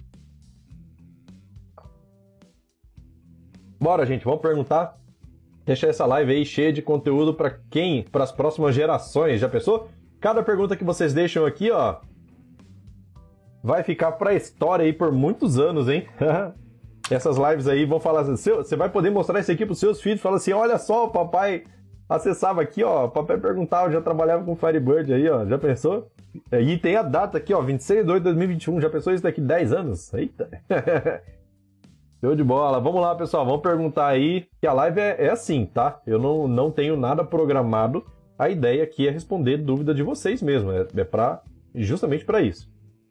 Bora, gente. Vamos perguntar. Deixar essa live aí cheia de conteúdo para quem? Para as próximas gerações. Já pensou? Cada pergunta que vocês deixam aqui, ó, vai ficar para a história aí por muitos anos, hein? Essas lives aí vão falar assim, você vai poder mostrar isso aqui para os seus filhos, fala assim, olha só, o papai acessava aqui, ó, o papai perguntava, já trabalhava com Firebird aí, ó, já pensou? E tem a data aqui, ó, vinte e seis de dois de dois mil e vinte e um, já pensou isso daqui dez anos? Eita! Show de bola. Vamos lá, pessoal, vamos perguntar aí, que a live é, é assim, tá? Eu não, não tenho nada programado, a ideia aqui é responder dúvida de vocês mesmo, é, é pra, justamente para isso.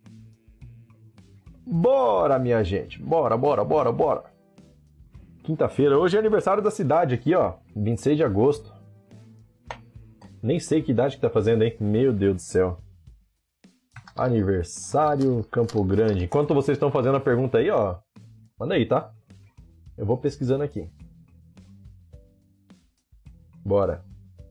Bora, minha gente. Bora, bora, bora, bora. Quinta-feira. Hoje é aniversário da cidade aqui, ó. vinte e seis de agosto. Nem sei que idade que tá fazendo, hein? Meu Deus do céu. Aniversário Campo Grande. Enquanto vocês estão fazendo a pergunta aí, ó. Manda aí, tá? Eu vou pesquisando aqui. Bora.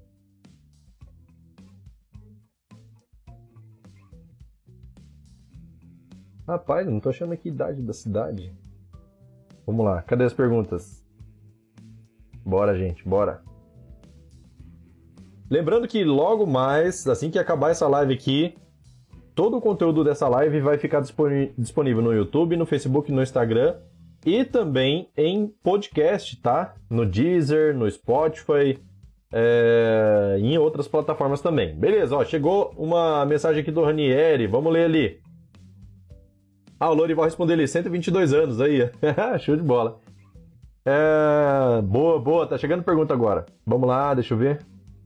Rapaz, não tô achando aqui a idade da cidade. Vamos lá, cadê as perguntas? Bora, gente, bora. Lembrando que logo mais, assim que acabar essa live aqui, todo o conteúdo dessa live vai ficar disponível no YouTube, no Facebook, no Instagram e também em podcast, tá? No Deezer, no Spotify é... e em outras plataformas também. Beleza, ó, chegou uma mensagem aqui do Ranieri, vamos ler ali. Ah, o Lorival respondeu ali, cento e vinte e dois anos aí. Show de bola. É... Boa, boa. Tá chegando pergunta agora. Vamos lá, deixa eu ver.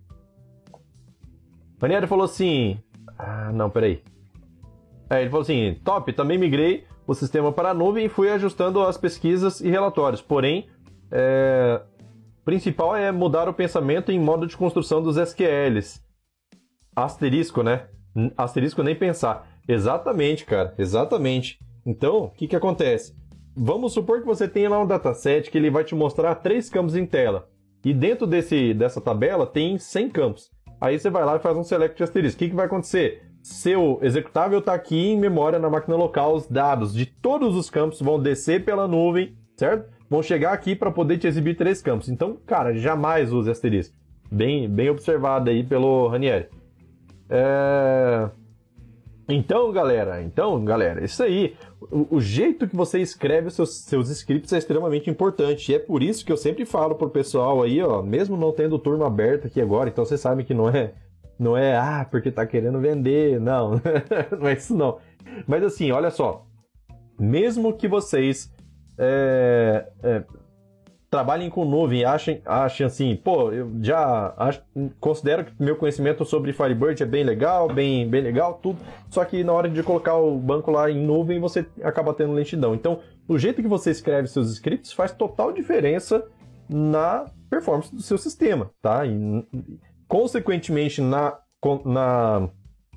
Ranieri falou assim... Ah, não, peraí. É, ele falou assim, top, também migrei o sistema para a nuvem e fui ajustando as pesquisas e relatórios. Porém, é... o principal é mudar o pensamento em modo de construção dos S Q Ls. Asterisco, né? Asterisco nem pensar. Exatamente, cara. Exatamente. Então, o que que acontece? Vamos supor que você tenha lá um dataset que ele vai te mostrar três campos em tela. E dentro desse, dessa tabela tem cem campos. Aí você vai lá e faz um select de asterisco. O que que vai acontecer? Seu executável está aqui em memória na máquina local. Os dados de todos os campos vão descer pela nuvem, certo? vão chegar aqui para poder te exibir três campos. Então, cara, jamais use asterisco. Bem, bem observado aí pelo Ranieri. É... Então, galera, então, galera, isso aí. O, o jeito que você escreve os seus, seus scripts é extremamente importante. E é por isso que eu sempre falo pro pessoal aí, ó, mesmo não tendo turma aberta aqui agora, então vocês sabem que não é, não é, ah, porque tá querendo vender. Não, não é isso não. Mas assim, olha só. Mesmo que vocês é, é, trabalhem com nuvem e achem, achem assim, pô, eu já acho, considero que meu conhecimento sobre Firebird é bem legal, bem, bem legal, tudo, só que na hora de colocar o banco lá em nuvem, você acaba tendo lentidão. Então, o jeito que você escreve seus scripts faz total diferença na performance do seu sistema, tá? E, consequentemente, na... na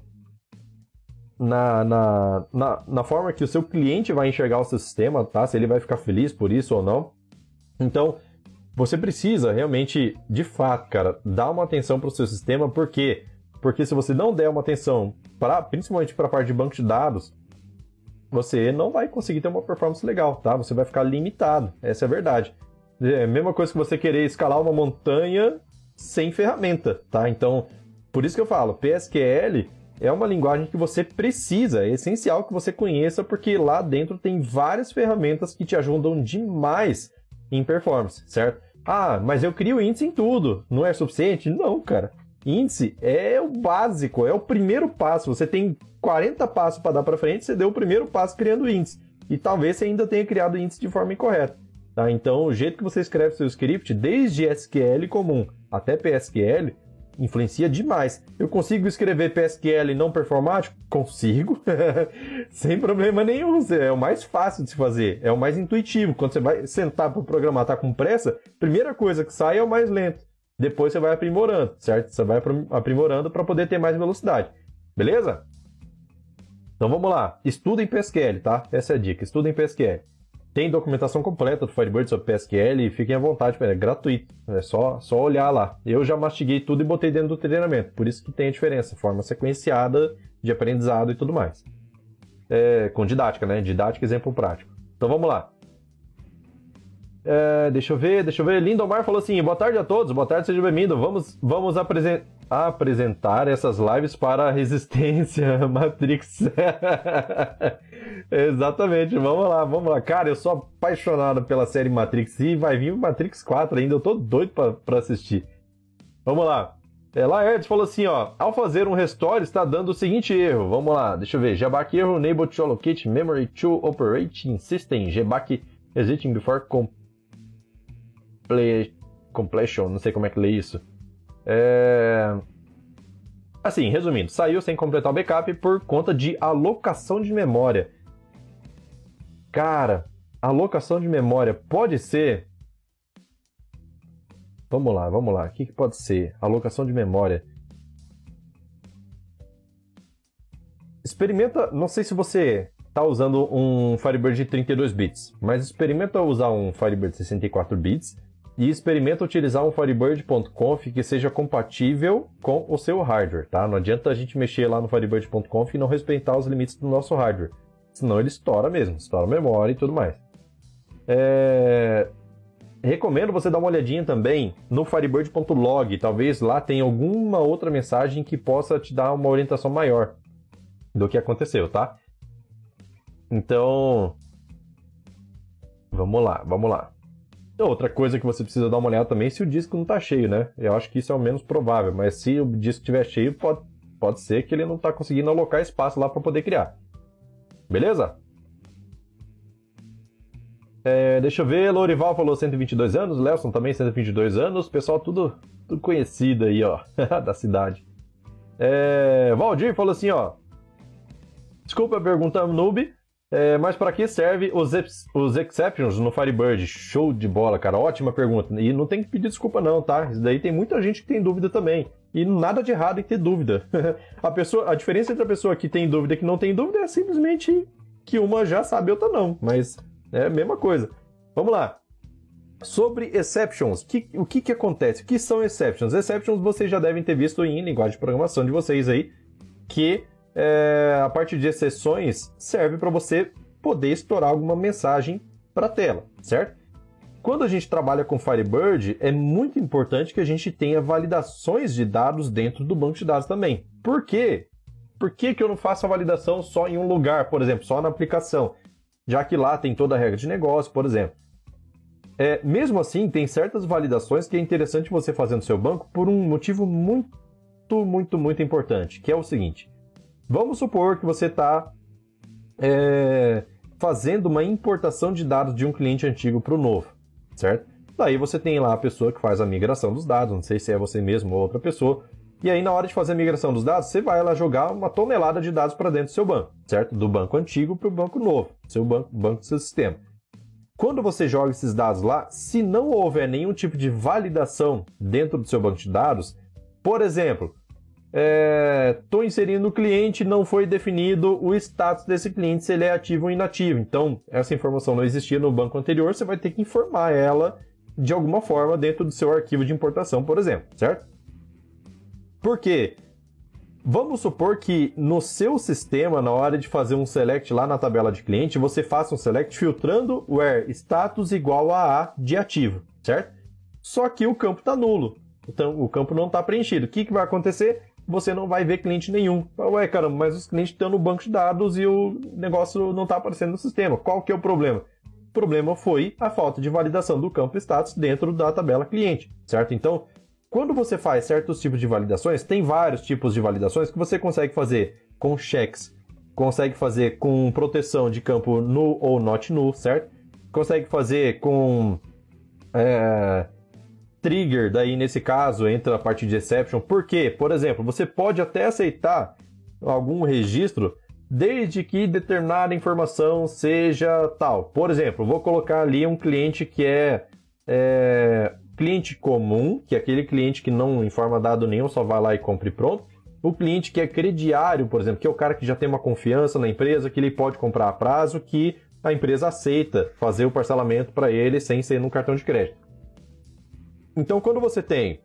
Na, na, na, na forma que o seu cliente vai enxergar o seu sistema, tá? Se ele vai ficar feliz por isso ou não. Então, você precisa realmente, de fato, cara, dar uma atenção para o seu sistema. Por quê? Porque se você não der uma atenção, pra, principalmente para a parte de banco de dados, você não vai conseguir ter uma performance legal, tá? Você vai ficar limitado. Essa é a verdade. É a mesma coisa que você querer escalar uma montanha sem ferramenta, tá? Então, por isso que eu falo, P S Q L... é uma linguagem que você precisa, é essencial que você conheça, porque lá dentro tem várias ferramentas que te ajudam demais em performance, certo? Ah, mas eu crio índice em tudo, não é suficiente? Não, cara. Índice é o básico, é o primeiro passo. Você tem quarenta passos para dar para frente, você deu o primeiro passo criando índice. E talvez você ainda tenha criado índice de forma incorreta. Tá? Então, o jeito que você escreve seu script, desde S Q L comum até P S Q L, influencia demais. Eu consigo escrever P S Q L não performático? Consigo. Sem problema nenhum. É o mais fácil de se fazer. É o mais intuitivo. Quando você vai sentar para programar, tá com pressa, a primeira coisa que sai é o mais lento. Depois você vai aprimorando, certo? Você vai aprimorando para poder ter mais velocidade. Beleza? Então vamos lá. Estuda em P S Q L, tá? Essa é a dica. Estuda em P S Q L. Tem documentação completa do Firebird sobre P S Q L e fiquem à vontade, é gratuito, é só, só olhar lá. Eu já mastiguei tudo e botei dentro do treinamento, por isso que tem a diferença, forma sequenciada de aprendizado e tudo mais. É, com didática, né? Didática, exemplo prático. Então vamos lá. É, deixa eu ver, deixa eu ver. Lindomar falou assim, boa tarde a todos, boa tarde, seja bem-vindo. Vamos, vamos apresen- apresentar essas lives para a Resistência Matrix. Exatamente, vamos lá, vamos lá. Cara, eu sou apaixonado pela série Matrix e vai vir o Matrix quatro ainda, eu tô doido pra, pra assistir. Vamos lá. É, Laertes falou assim, ó, ao fazer um restore está dando o seguinte erro. Vamos lá, deixa eu ver. Jabak erro, enable to allocate memory to operating system. Jabak exiting before comple- completion, não sei como é que lê isso. É... Assim, resumindo, saiu sem completar o backup por conta de alocação de memória. Cara, alocação de memória pode ser... Vamos lá, vamos lá. O que, que pode ser? Alocação de memória. Experimenta... Não sei se você está usando um Firebird de trinta e dois bits, mas experimenta usar um Firebird de sessenta e quatro bits e experimenta utilizar um firebird.conf que seja compatível com o seu hardware, tá? Não adianta a gente mexer lá no firebird.conf e não respeitar os limites do nosso hardware. Senão ele estoura mesmo, estoura a memória e tudo mais. É... Recomendo você dar uma olhadinha também no firebird.log. Talvez lá tenha alguma outra mensagem que possa te dar uma orientação maior do que aconteceu, tá? Então, vamos lá, vamos lá. Outra coisa que você precisa dar uma olhada também é se o disco não está cheio, né? Eu acho que isso é o menos provável, mas se o disco estiver cheio, pode, pode ser que ele não está conseguindo alocar espaço lá para poder criar. Beleza? É, deixa eu ver, Lourival falou cento e vinte e dois anos, Lelson também cento e vinte e dois anos, pessoal tudo, tudo conhecido aí, ó, da cidade. É, Valdir falou assim, ó, desculpa a pergunta noob, é, mas para que serve os, ex os exceptions no Firebird? Show de bola, cara, ótima pergunta, e não tem que pedir desculpa não, tá? Isso daí tem muita gente que tem dúvida também, e nada de errado em ter dúvida. a, pessoa, a diferença entre a pessoa que tem dúvida e que não tem dúvida é simplesmente que uma já sabe e outra não, mas... É a mesma coisa. Vamos lá. Sobre exceptions, que, o que, que acontece? O que são exceptions? Exceptions vocês já devem ter visto em linguagem de programação de vocês aí, que é, a parte de exceções serve para você poder estourar alguma mensagem para a tela, certo? Quando a gente trabalha com Firebird, é muito importante que a gente tenha validações de dados dentro do banco de dados também. Por quê? Por que que eu não faço a validação só em um lugar, por exemplo, só na aplicação? Já que lá tem toda a regra de negócio, por exemplo. É, mesmo assim, tem certas validações que é interessante você fazer no seu banco por um motivo muito, muito, muito importante, que é o seguinte. Vamos supor que você está é, fazendo uma importação de dados de um cliente antigo para o novo, certo? Daí você tem lá a pessoa que faz a migração dos dados, não sei se é você mesmo ou outra pessoa, e aí na hora de fazer a migração dos dados, você vai lá jogar uma tonelada de dados para dentro do seu banco, certo? Do banco antigo para o banco novo, seu banco, banco do seu sistema. Quando você joga esses dados lá, se não houver nenhum tipo de validação dentro do seu banco de dados, por exemplo, estou é, inserindo o cliente, não foi definido o status desse cliente, se ele é ativo ou inativo. Então, essa informação não existia no banco anterior, você vai ter que informar ela de alguma forma dentro do seu arquivo de importação, por exemplo, certo? Por quê? Vamos supor que no seu sistema, na hora de fazer um select lá na tabela de cliente, você faça um select filtrando where status igual a A de ativo, certo? Só que o campo está nulo, então o campo não está preenchido. O que, que vai acontecer? Você não vai ver cliente nenhum. Ué, caramba, mas os clientes estão no banco de dados e o negócio não está aparecendo no sistema. Qual que é o problema? O problema foi a falta de validação do campo status dentro da tabela cliente, certo? Então, quando você faz certos tipos de validações, tem vários tipos de validações que você consegue fazer com checks, consegue fazer com proteção de campo null ou not null, certo? Consegue fazer com é, trigger, daí nesse caso entra a parte de exception. Por quê? Por exemplo, você pode até aceitar algum registro desde que determinada informação seja tal. Por exemplo, vou colocar ali um cliente que é... é cliente comum, que é aquele cliente que não informa dado nenhum, só vai lá e compra e pronto. O cliente que é crediário, por exemplo, que é o cara que já tem uma confiança na empresa, que ele pode comprar a prazo, que a empresa aceita fazer o parcelamento para ele sem ser num cartão de crédito. Então, quando você tem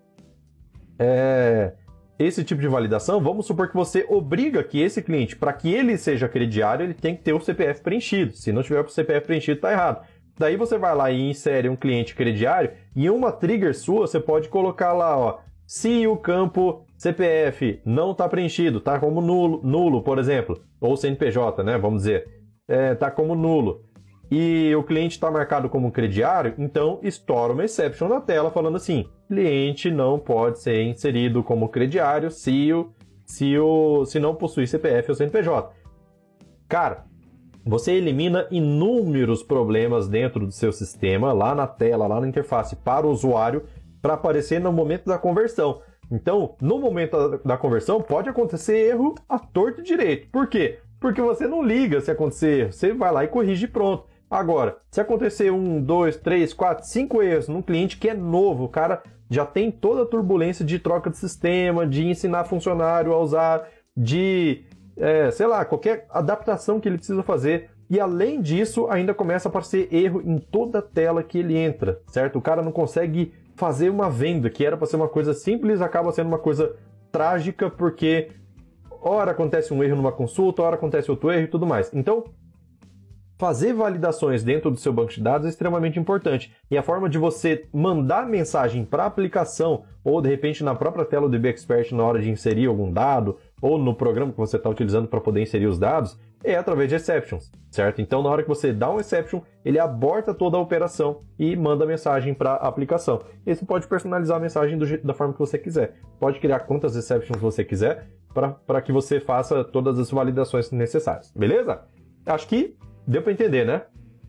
é, esse tipo de validação, vamos supor que você obriga que esse cliente, para que ele seja crediário, ele tem que ter o C P F preenchido. Se não tiver o C P F preenchido, está errado. Daí você vai lá e insere um cliente crediário e em uma trigger sua você pode colocar lá, ó, se o campo C P F não está preenchido, tá como nulo, nulo, por exemplo, ou C N P J, né, vamos dizer, é, tá como nulo, e o cliente está marcado como crediário, então estoura uma exception na tela falando assim, cliente não pode ser inserido como crediário se, o, se, o, se não possui C P F ou C N P J. Cara, você elimina inúmeros problemas dentro do seu sistema, lá na tela, lá na interface, para o usuário, para aparecer no momento da conversão. Então, no momento da, da conversão, pode acontecer erro à torta e direito. Por quê? Porque você não liga se acontecer erro, você vai lá e corrige e pronto. Agora, se acontecer um, dois, três, quatro, cinco erros num cliente que é novo, o cara já tem toda a turbulência de troca de sistema, de ensinar funcionário a usar, de... É, sei lá, qualquer adaptação que ele precisa fazer. E além disso, ainda começa a aparecer erro em toda a tela que ele entra, certo? O cara não consegue fazer uma venda, que era para ser uma coisa simples, acaba sendo uma coisa trágica, porque ora acontece um erro numa consulta, ora acontece outro erro e tudo mais. Então, fazer validações dentro do seu banco de dados é extremamente importante. E a forma de você mandar mensagem para a aplicação, ou de repente na própria tela do D B Expert na hora de inserir algum dado, ou no programa que você está utilizando para poder inserir os dados, é através de exceptions, certo? Então, na hora que você dá um exception, ele aborta toda a operação e manda a mensagem para a aplicação. E você pode personalizar a mensagem do jeito, da forma que você quiser. Pode criar quantas exceptions você quiser para que você faça todas as validações necessárias, beleza? Acho que deu para entender, né?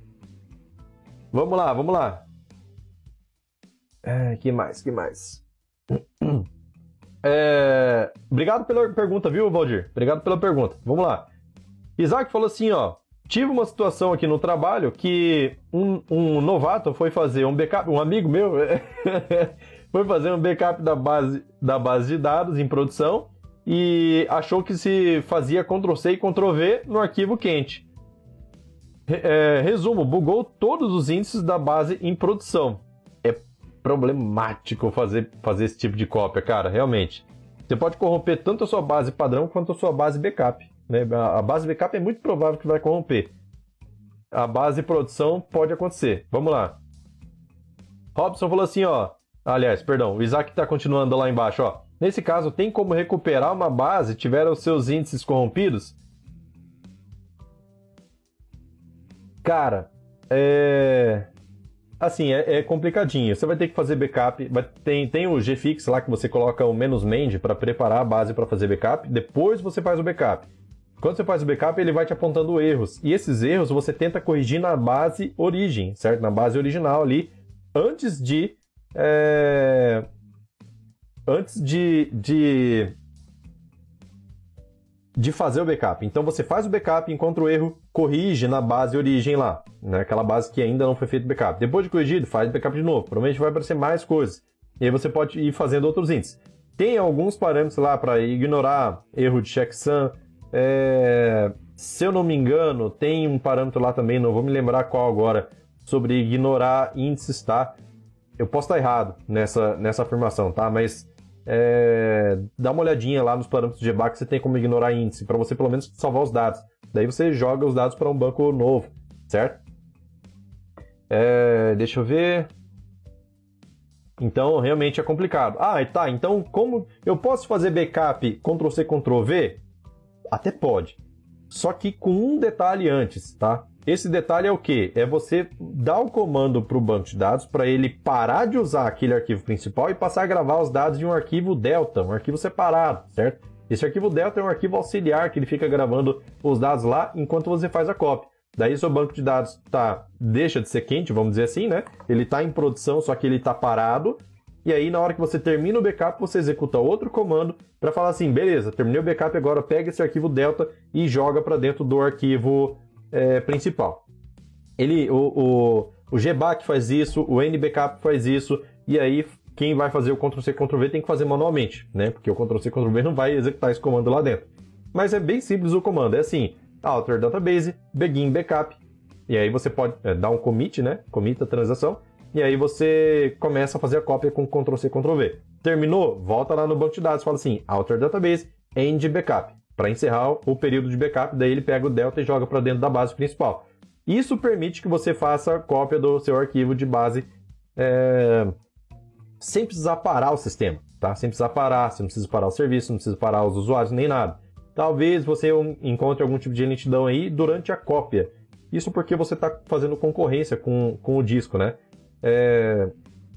Vamos lá, vamos lá. É, que mais, que mais? É... Obrigado pela pergunta, viu, Valdir? Obrigado pela pergunta. Vamos lá. Isaac falou assim, ó. Tive uma situação aqui no trabalho que um, um novato foi fazer um backup, um amigo meu foi fazer um backup da base, da base de dados em produção e achou que se fazia control C e control V no arquivo quente. É, resumo, bugou todos os índices da base em produção. É problemático fazer, fazer esse tipo de cópia, cara, realmente. Você pode corromper tanto a sua base padrão quanto a sua base backup, né? A base backup é muito provável que vai corromper. A base produção pode acontecer. Vamos lá. Robson falou assim, ó. Aliás, perdão, o Isaac tá continuando lá embaixo, ó. Nesse caso, tem como recuperar uma base se tiver os seus índices corrompidos? Cara, é... Assim, é, é complicadinho. Você vai ter que fazer backup. Vai, tem, tem o Gfix lá que você coloca o menos mend para preparar a base para fazer backup. Depois você faz o backup. Quando você faz o backup, ele vai te apontando erros. E esses erros você tenta corrigir na base origem, certo? Na base original ali, antes de... É... Antes de, de... de fazer o backup. Então você faz o backup, encontra o erro, corrige na base origem lá, né? Aquela base que ainda não foi feito backup. Depois de corrigido, faz backup de novo. Provavelmente vai aparecer mais coisas. E aí você pode ir fazendo outros índices. Tem alguns parâmetros lá para ignorar erro de checksum. É... Se eu não me engano, tem um parâmetro lá também, não vou me lembrar qual agora, sobre ignorar índices, tá? Eu posso estar errado nessa, nessa afirmação, tá? Mas é... dá uma olhadinha lá nos parâmetros de G B A C que você tem como ignorar índice, para você pelo menos salvar os dados. Daí você joga os dados para um banco novo, certo? É... Deixa eu ver... Então, realmente é complicado. Ah, tá. Então, como eu posso fazer backup Ctrl C, Ctrl V? Até pode. Só que com um detalhe antes, tá? Esse detalhe é o quê? É você dar o comando para o banco de dados para ele parar de usar aquele arquivo principal e passar a gravar os dados de um arquivo Delta, um arquivo separado, certo? Esse arquivo Delta é um arquivo auxiliar que ele fica gravando os dados lá enquanto você faz a cópia. Daí seu banco de dados tá, deixa de ser quente, vamos dizer assim, né? Ele está em produção, só que ele está parado. E aí, na hora que você termina o backup, você executa outro comando para falar assim, beleza, terminei o backup, agora pega esse arquivo Delta e joga para dentro do arquivo é, principal. Ele, o, o, o G B A C faz isso, o N Backup faz isso, e aí quem vai fazer o Ctrl C, Ctrl V tem que fazer manualmente, né? Porque o Ctrl C, Ctrl V não vai executar esse comando lá dentro. Mas é bem simples o comando, é assim, alter database, begin backup, e aí você pode é, dar um commit, né? Commit a transação, e aí você começa a fazer a cópia com Ctrl C, Ctrl V. Terminou? Volta lá no banco de dados, fala assim, alter database, end backup, para encerrar o período de backup, daí ele pega o delta e joga para dentro da base principal. Isso permite que você faça cópia do seu arquivo de base é, sem precisar parar o sistema, tá? Sem precisar parar, você não precisa parar o serviço, não precisa parar os usuários, nem nada. Talvez você encontre algum tipo de lentidão aí durante a cópia. Isso porque você está fazendo concorrência com, com o disco, né? É...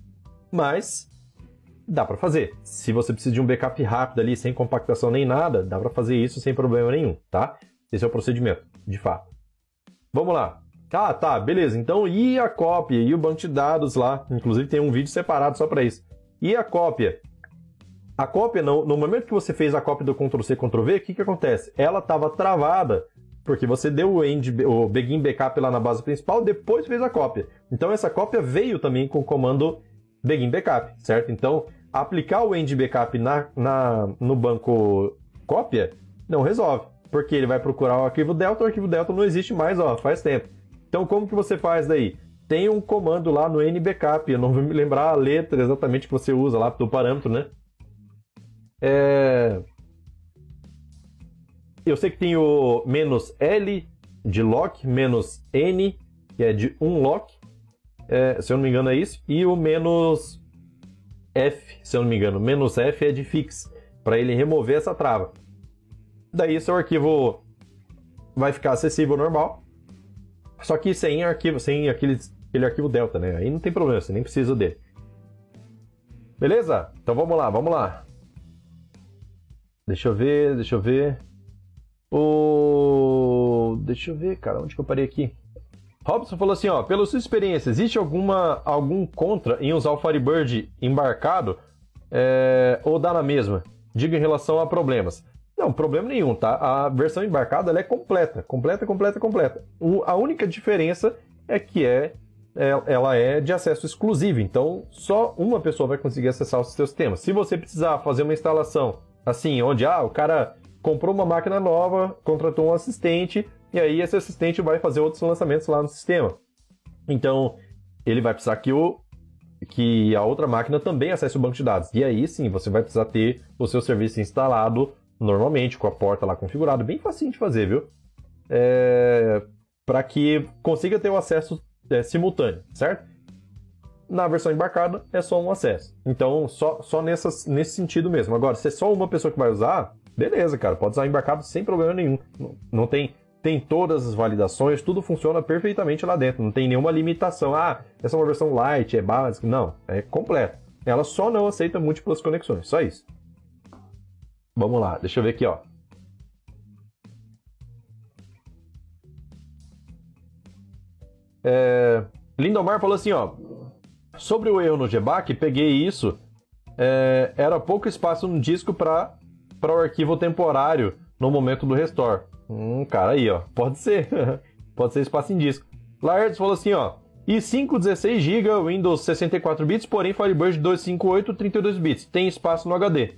Mas dá para fazer. Se você precisa de um backup rápido ali, sem compactação nem nada, dá para fazer isso sem problema nenhum, tá? Esse é o procedimento, de fato. Vamos lá. Ah, tá, beleza. Então, e a cópia? E o banco de dados lá? Inclusive tem um vídeo separado só para isso. E a cópia? A cópia, no, no momento que você fez a cópia do Ctrl C, Ctrl V, o que, que acontece? Ela estava travada, porque você deu o, end, o begin backup lá na base principal, depois fez a cópia. Então, essa cópia veio também com o comando begin backup, certo? Então, aplicar o end backup na, na, no banco cópia não resolve, porque ele vai procurar o arquivo Delta, o arquivo Delta não existe mais, ó, faz tempo. Então, como que você faz daí? Tem um comando lá no nbackup, eu não vou me lembrar a letra exatamente que você usa lá do parâmetro, né? É... Eu sei que tem o menos L de lock, menos N, que é de um lock, é, se eu não me engano é isso, e o menos F, se eu não me engano, menos F é de fix, para ele remover essa trava. Daí seu arquivo vai ficar acessível normal, só que sem arquivo, sem aquele, aquele arquivo Delta, né? Aí não tem problema, você nem precisa dele. Beleza? Então vamos lá, vamos lá. Deixa eu ver, deixa eu ver. O... Deixa eu ver, cara, onde que eu parei aqui? Robson falou assim, ó, pela sua experiência, existe alguma, algum contra em usar o Firebird embarcado é, ou dá na mesma? Diga em relação a problemas. Não, problema nenhum, tá? A versão embarcada ela é completa, completa, completa, completa. O, a única diferença é que é, é, ela é de acesso exclusivo, então só uma pessoa vai conseguir acessar o seu sistema. Se você precisar fazer uma instalação assim, onde ah, o cara comprou uma máquina nova, contratou um assistente, e aí esse assistente vai fazer outros lançamentos lá no sistema. Então, ele vai precisar que, o, que a outra máquina também acesse o banco de dados. E aí sim, você vai precisar ter o seu serviço instalado normalmente, com a porta lá configurada. Bem facinho de fazer, viu? É, para que consiga ter o acesso é, simultâneo, certo? Na versão embarcada é só um acesso. Então, só, só nessas, nesse sentido mesmo. Agora, se é só uma pessoa que vai usar, beleza, cara, pode usar embarcado sem problema nenhum. Não, não tem, tem todas as validações, tudo funciona perfeitamente lá dentro. Não tem nenhuma limitação. Ah, essa é uma versão light, é básica. Não, é completa. Ela só não aceita múltiplas conexões, só isso. Vamos lá, deixa eu ver aqui, ó. É... Lindomar falou assim, ó. Sobre o erro no G B A C, peguei isso. É... Era pouco espaço no disco para para o arquivo temporário no momento do restore. Hum, cara, aí, ó. Pode ser. Pode ser espaço em disco. Laertes falou assim, ó. i cinco dezesseis gigabytes, Windows sessenta e quatro bits, porém Firebird duzentos e cinquenta e oito, trinta e dois bits. Tem espaço no H D.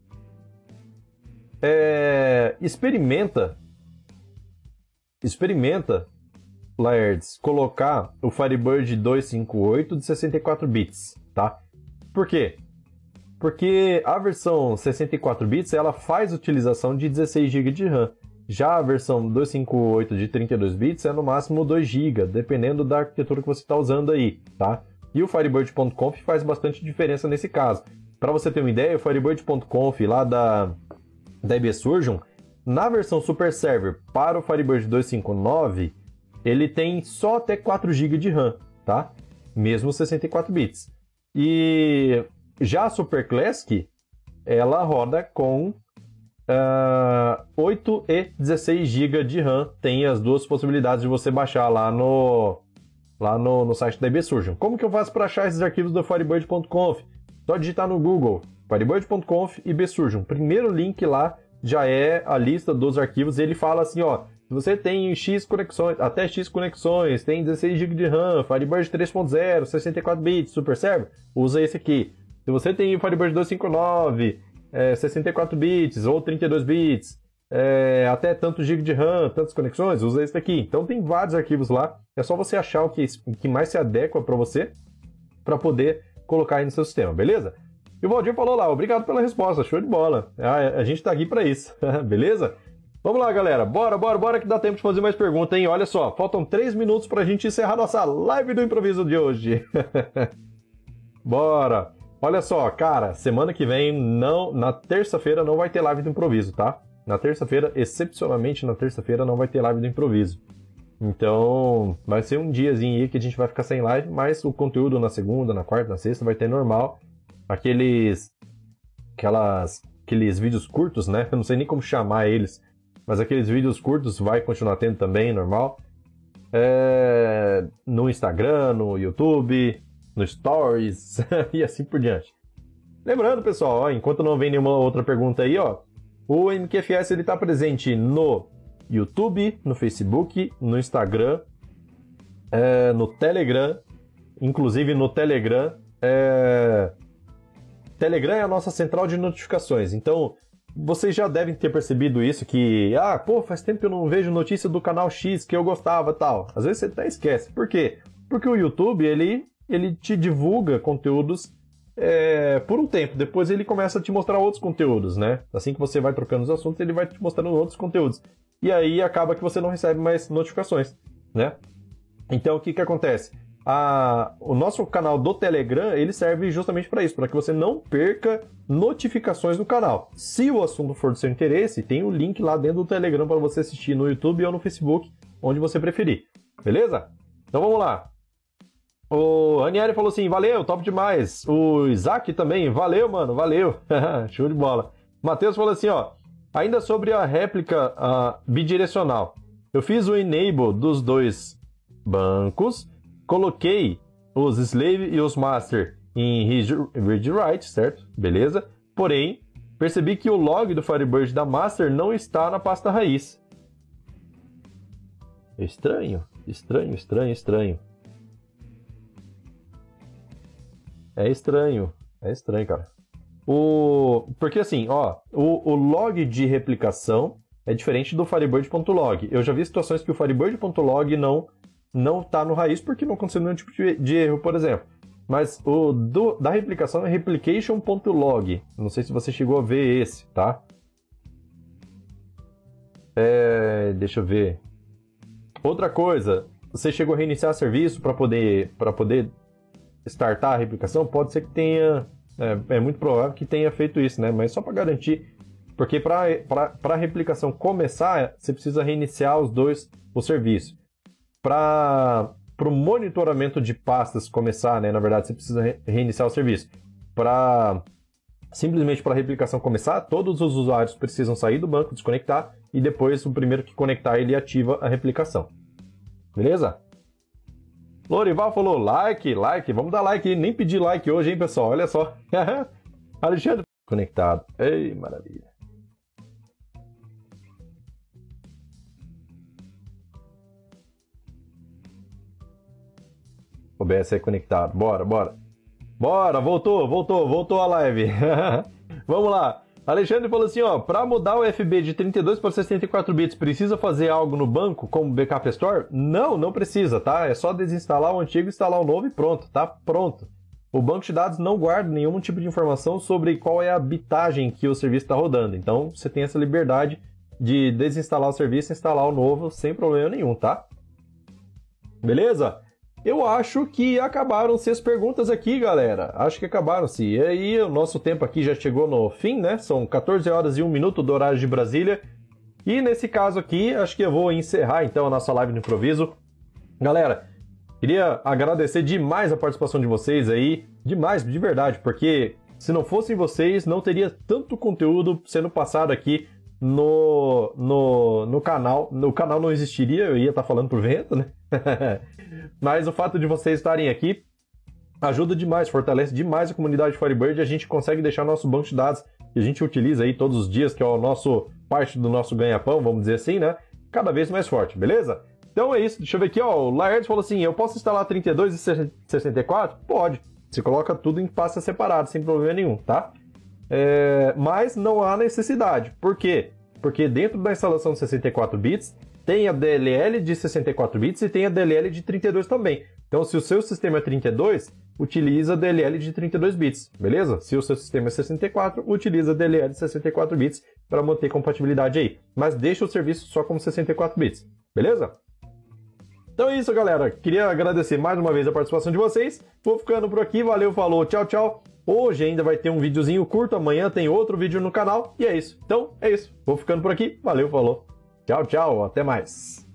É... Experimenta. Experimenta, Laertes, colocar o Firebird duzentos e cinquenta e oito de sessenta e quatro bits, tá? Por quê? Porque a versão sessenta e quatro bits, ela faz utilização de dezesseis gigabytes de RAM. Já a versão duzentos e cinquenta e oito de trinta e dois bits é no máximo dois gigabytes, dependendo da arquitetura que você está usando aí, tá? E o Firebird ponto conf faz bastante diferença nesse caso. Para você ter uma ideia, o Firebird ponto conf lá da, da Ibsurgeon, na versão Super Server para o Firebird duzentos e cinquenta e nove, ele tem só até quatro gigabytes de RAM, tá? Mesmo sessenta e quatro bits. E já a Super Classic, ela roda com uh, oito e dezesseis gigabytes de RAM. Tem as duas possibilidades de você baixar lá no, lá no, no site da Ibsurgeon. Como que eu faço para achar esses arquivos do Firebird ponto conf? Só digitar no Google, Firebird ponto conf e Ibsurgeon. Primeiro link lá já é a lista dos arquivos. Ele fala assim, ó, se você tem X conexões, até X conexões, tem dezesseis gigabytes de RAM, Firebird três ponto zero, sessenta e quatro bits, Super Server, usa esse aqui. Se você tem Firebird duzentos e cinquenta e nove, é, sessenta e quatro bits ou trinta e dois bits, é, até tantos gigas de RAM, tantas conexões, usa esse aqui. Então tem vários arquivos lá, é só você achar o que, que mais se adequa para você, para poder colocar aí no seu sistema, beleza? E o Valdir falou lá, obrigado pela resposta, show de bola. A, a gente tá aqui para isso, beleza? Vamos lá, galera. Bora, bora, bora que dá tempo de fazer mais perguntas, hein? Olha só, faltam três minutos pra gente encerrar nossa live do improviso de hoje. Bora. Olha só, cara, semana que vem, não, na terça-feira não vai ter live do improviso, tá? Na terça-feira, excepcionalmente na terça-feira, não vai ter live do improviso. Então, vai ser um diazinho aí que a gente vai ficar sem live, mas o conteúdo na segunda, na quarta, na sexta vai ter normal. Aqueles... Aquelas... Aqueles vídeos curtos, né? Eu não sei nem como chamar eles. Mas aqueles vídeos curtos vai continuar tendo também, normal. É... No Instagram, no YouTube, no Stories e assim por diante. Lembrando, pessoal, ó, enquanto não vem nenhuma outra pergunta aí, ó, o M Q F S ele está presente no YouTube, no Facebook, no Instagram, é, no Telegram, inclusive no Telegram. É... Telegram é a nossa central de notificações, então... Vocês já devem ter percebido isso, que, ah, pô, faz tempo que eu não vejo notícia do canal X que eu gostava e tal. Às vezes você até esquece. Por quê? Porque o YouTube, ele, ele te divulga conteúdos é, por um tempo. Depois ele começa a te mostrar outros conteúdos, né? Assim que você vai trocando os assuntos, ele vai te mostrando outros conteúdos. E aí acaba que você não recebe mais notificações, né? Então, o que que acontece? A, o nosso canal do Telegram, ele serve justamente para isso, para que você não perca notificações do canal. Se o assunto for do seu interesse, tem o link lá dentro do Telegram para você assistir no YouTube ou no Facebook, onde você preferir. Beleza? Então vamos lá. O Ranieri falou assim, valeu, top demais. O Isaac também, valeu, mano, valeu. Show de bola. Matheus falou assim, ó, ainda sobre a réplica uh, bidirecional. Eu fiz o enable dos dois bancos, coloquei os slave e os master em read-write, certo? Beleza? Porém, percebi que o log do Firebird da master não está na pasta raiz. Estranho, estranho, estranho, estranho. É estranho, é estranho, cara. O... Porque assim, ó, o, o log de replicação é diferente do Firebird.log. Eu já vi situações que o Firebird.log não... não está no raiz porque não aconteceu nenhum tipo de, de erro, por exemplo. Mas o do, da replicação é replication.log. Não sei se você chegou a ver esse, tá? É, deixa eu ver. Outra coisa, você chegou a reiniciar o serviço para poder, para poder startar a replicação, pode ser que tenha, é, é muito provável que tenha feito isso, né? Mas só para garantir, porque para a replicação começar, você precisa reiniciar os dois, o serviço. Para o monitoramento de pastas começar, né? Na verdade, você precisa re reiniciar o serviço. Para simplesmente para a replicação começar, todos os usuários precisam sair do banco, desconectar, e depois o primeiro que conectar, ele ativa a replicação. Beleza? Lorival falou like, like, vamos dar like, nem pedir like hoje, hein, pessoal, olha só. Alexandre conectado, ei, maravilha. O B S é conectado, bora, bora. Bora, voltou, voltou, voltou a live. Vamos lá. Alexandre falou assim, ó, para mudar o F B de trinta e dois para sessenta e quatro bits, precisa fazer algo no banco, como Backup Store? Não, não precisa, tá? É só desinstalar o antigo, instalar o novo e pronto, tá pronto. O banco de dados não guarda nenhum tipo de informação sobre qual é a bitagem que o serviço está rodando. Então, você tem essa liberdade de desinstalar o serviço e instalar o novo sem problema nenhum, tá? Beleza? Eu acho que acabaram-se as perguntas aqui, galera. Acho que acabaram-se. E aí, o nosso tempo aqui já chegou no fim, né? São quatorze horas e um minuto do horário de Brasília. E nesse caso aqui, acho que eu vou encerrar, então, a nossa live no improviso. Galera, queria agradecer demais a participação de vocês aí. Demais, de verdade, porque se não fossem vocês, não teria tanto conteúdo sendo passado aqui no, no, no canal. No canal não existiria, eu ia estar falando por vento, né? Mas o fato de vocês estarem aqui ajuda demais, fortalece demais a comunidade Firebird e a gente consegue deixar nosso banco de dados que a gente utiliza aí todos os dias, que é o nosso parte do nosso ganha-pão, vamos dizer assim, né? Cada vez mais forte, beleza? Então é isso, deixa eu ver aqui, ó, o Laertes falou assim, eu posso instalar trinta e dois e sessenta e quatro? Pode, você coloca tudo em pasta separada, sem problema nenhum, tá? É, mas não há necessidade, por quê? Porque dentro da instalação de sessenta e quatro bits, tem a D L L de sessenta e quatro bits e tem a D L L de trinta e dois também. Então, se o seu sistema é trinta e dois, utiliza a D L L de trinta e dois bits, beleza? Se o seu sistema é sessenta e quatro, utiliza a D L L de sessenta e quatro bits para manter compatibilidade aí. Mas deixa o serviço só como sessenta e quatro bits, beleza? Então é isso, galera. Queria agradecer mais uma vez a participação de vocês. Vou ficando por aqui. Valeu, falou, tchau, tchau. Hoje ainda vai ter um videozinho curto, amanhã tem outro vídeo no canal. E é isso. Então, é isso. Vou ficando por aqui. Valeu, falou. Tchau, tchau, até mais.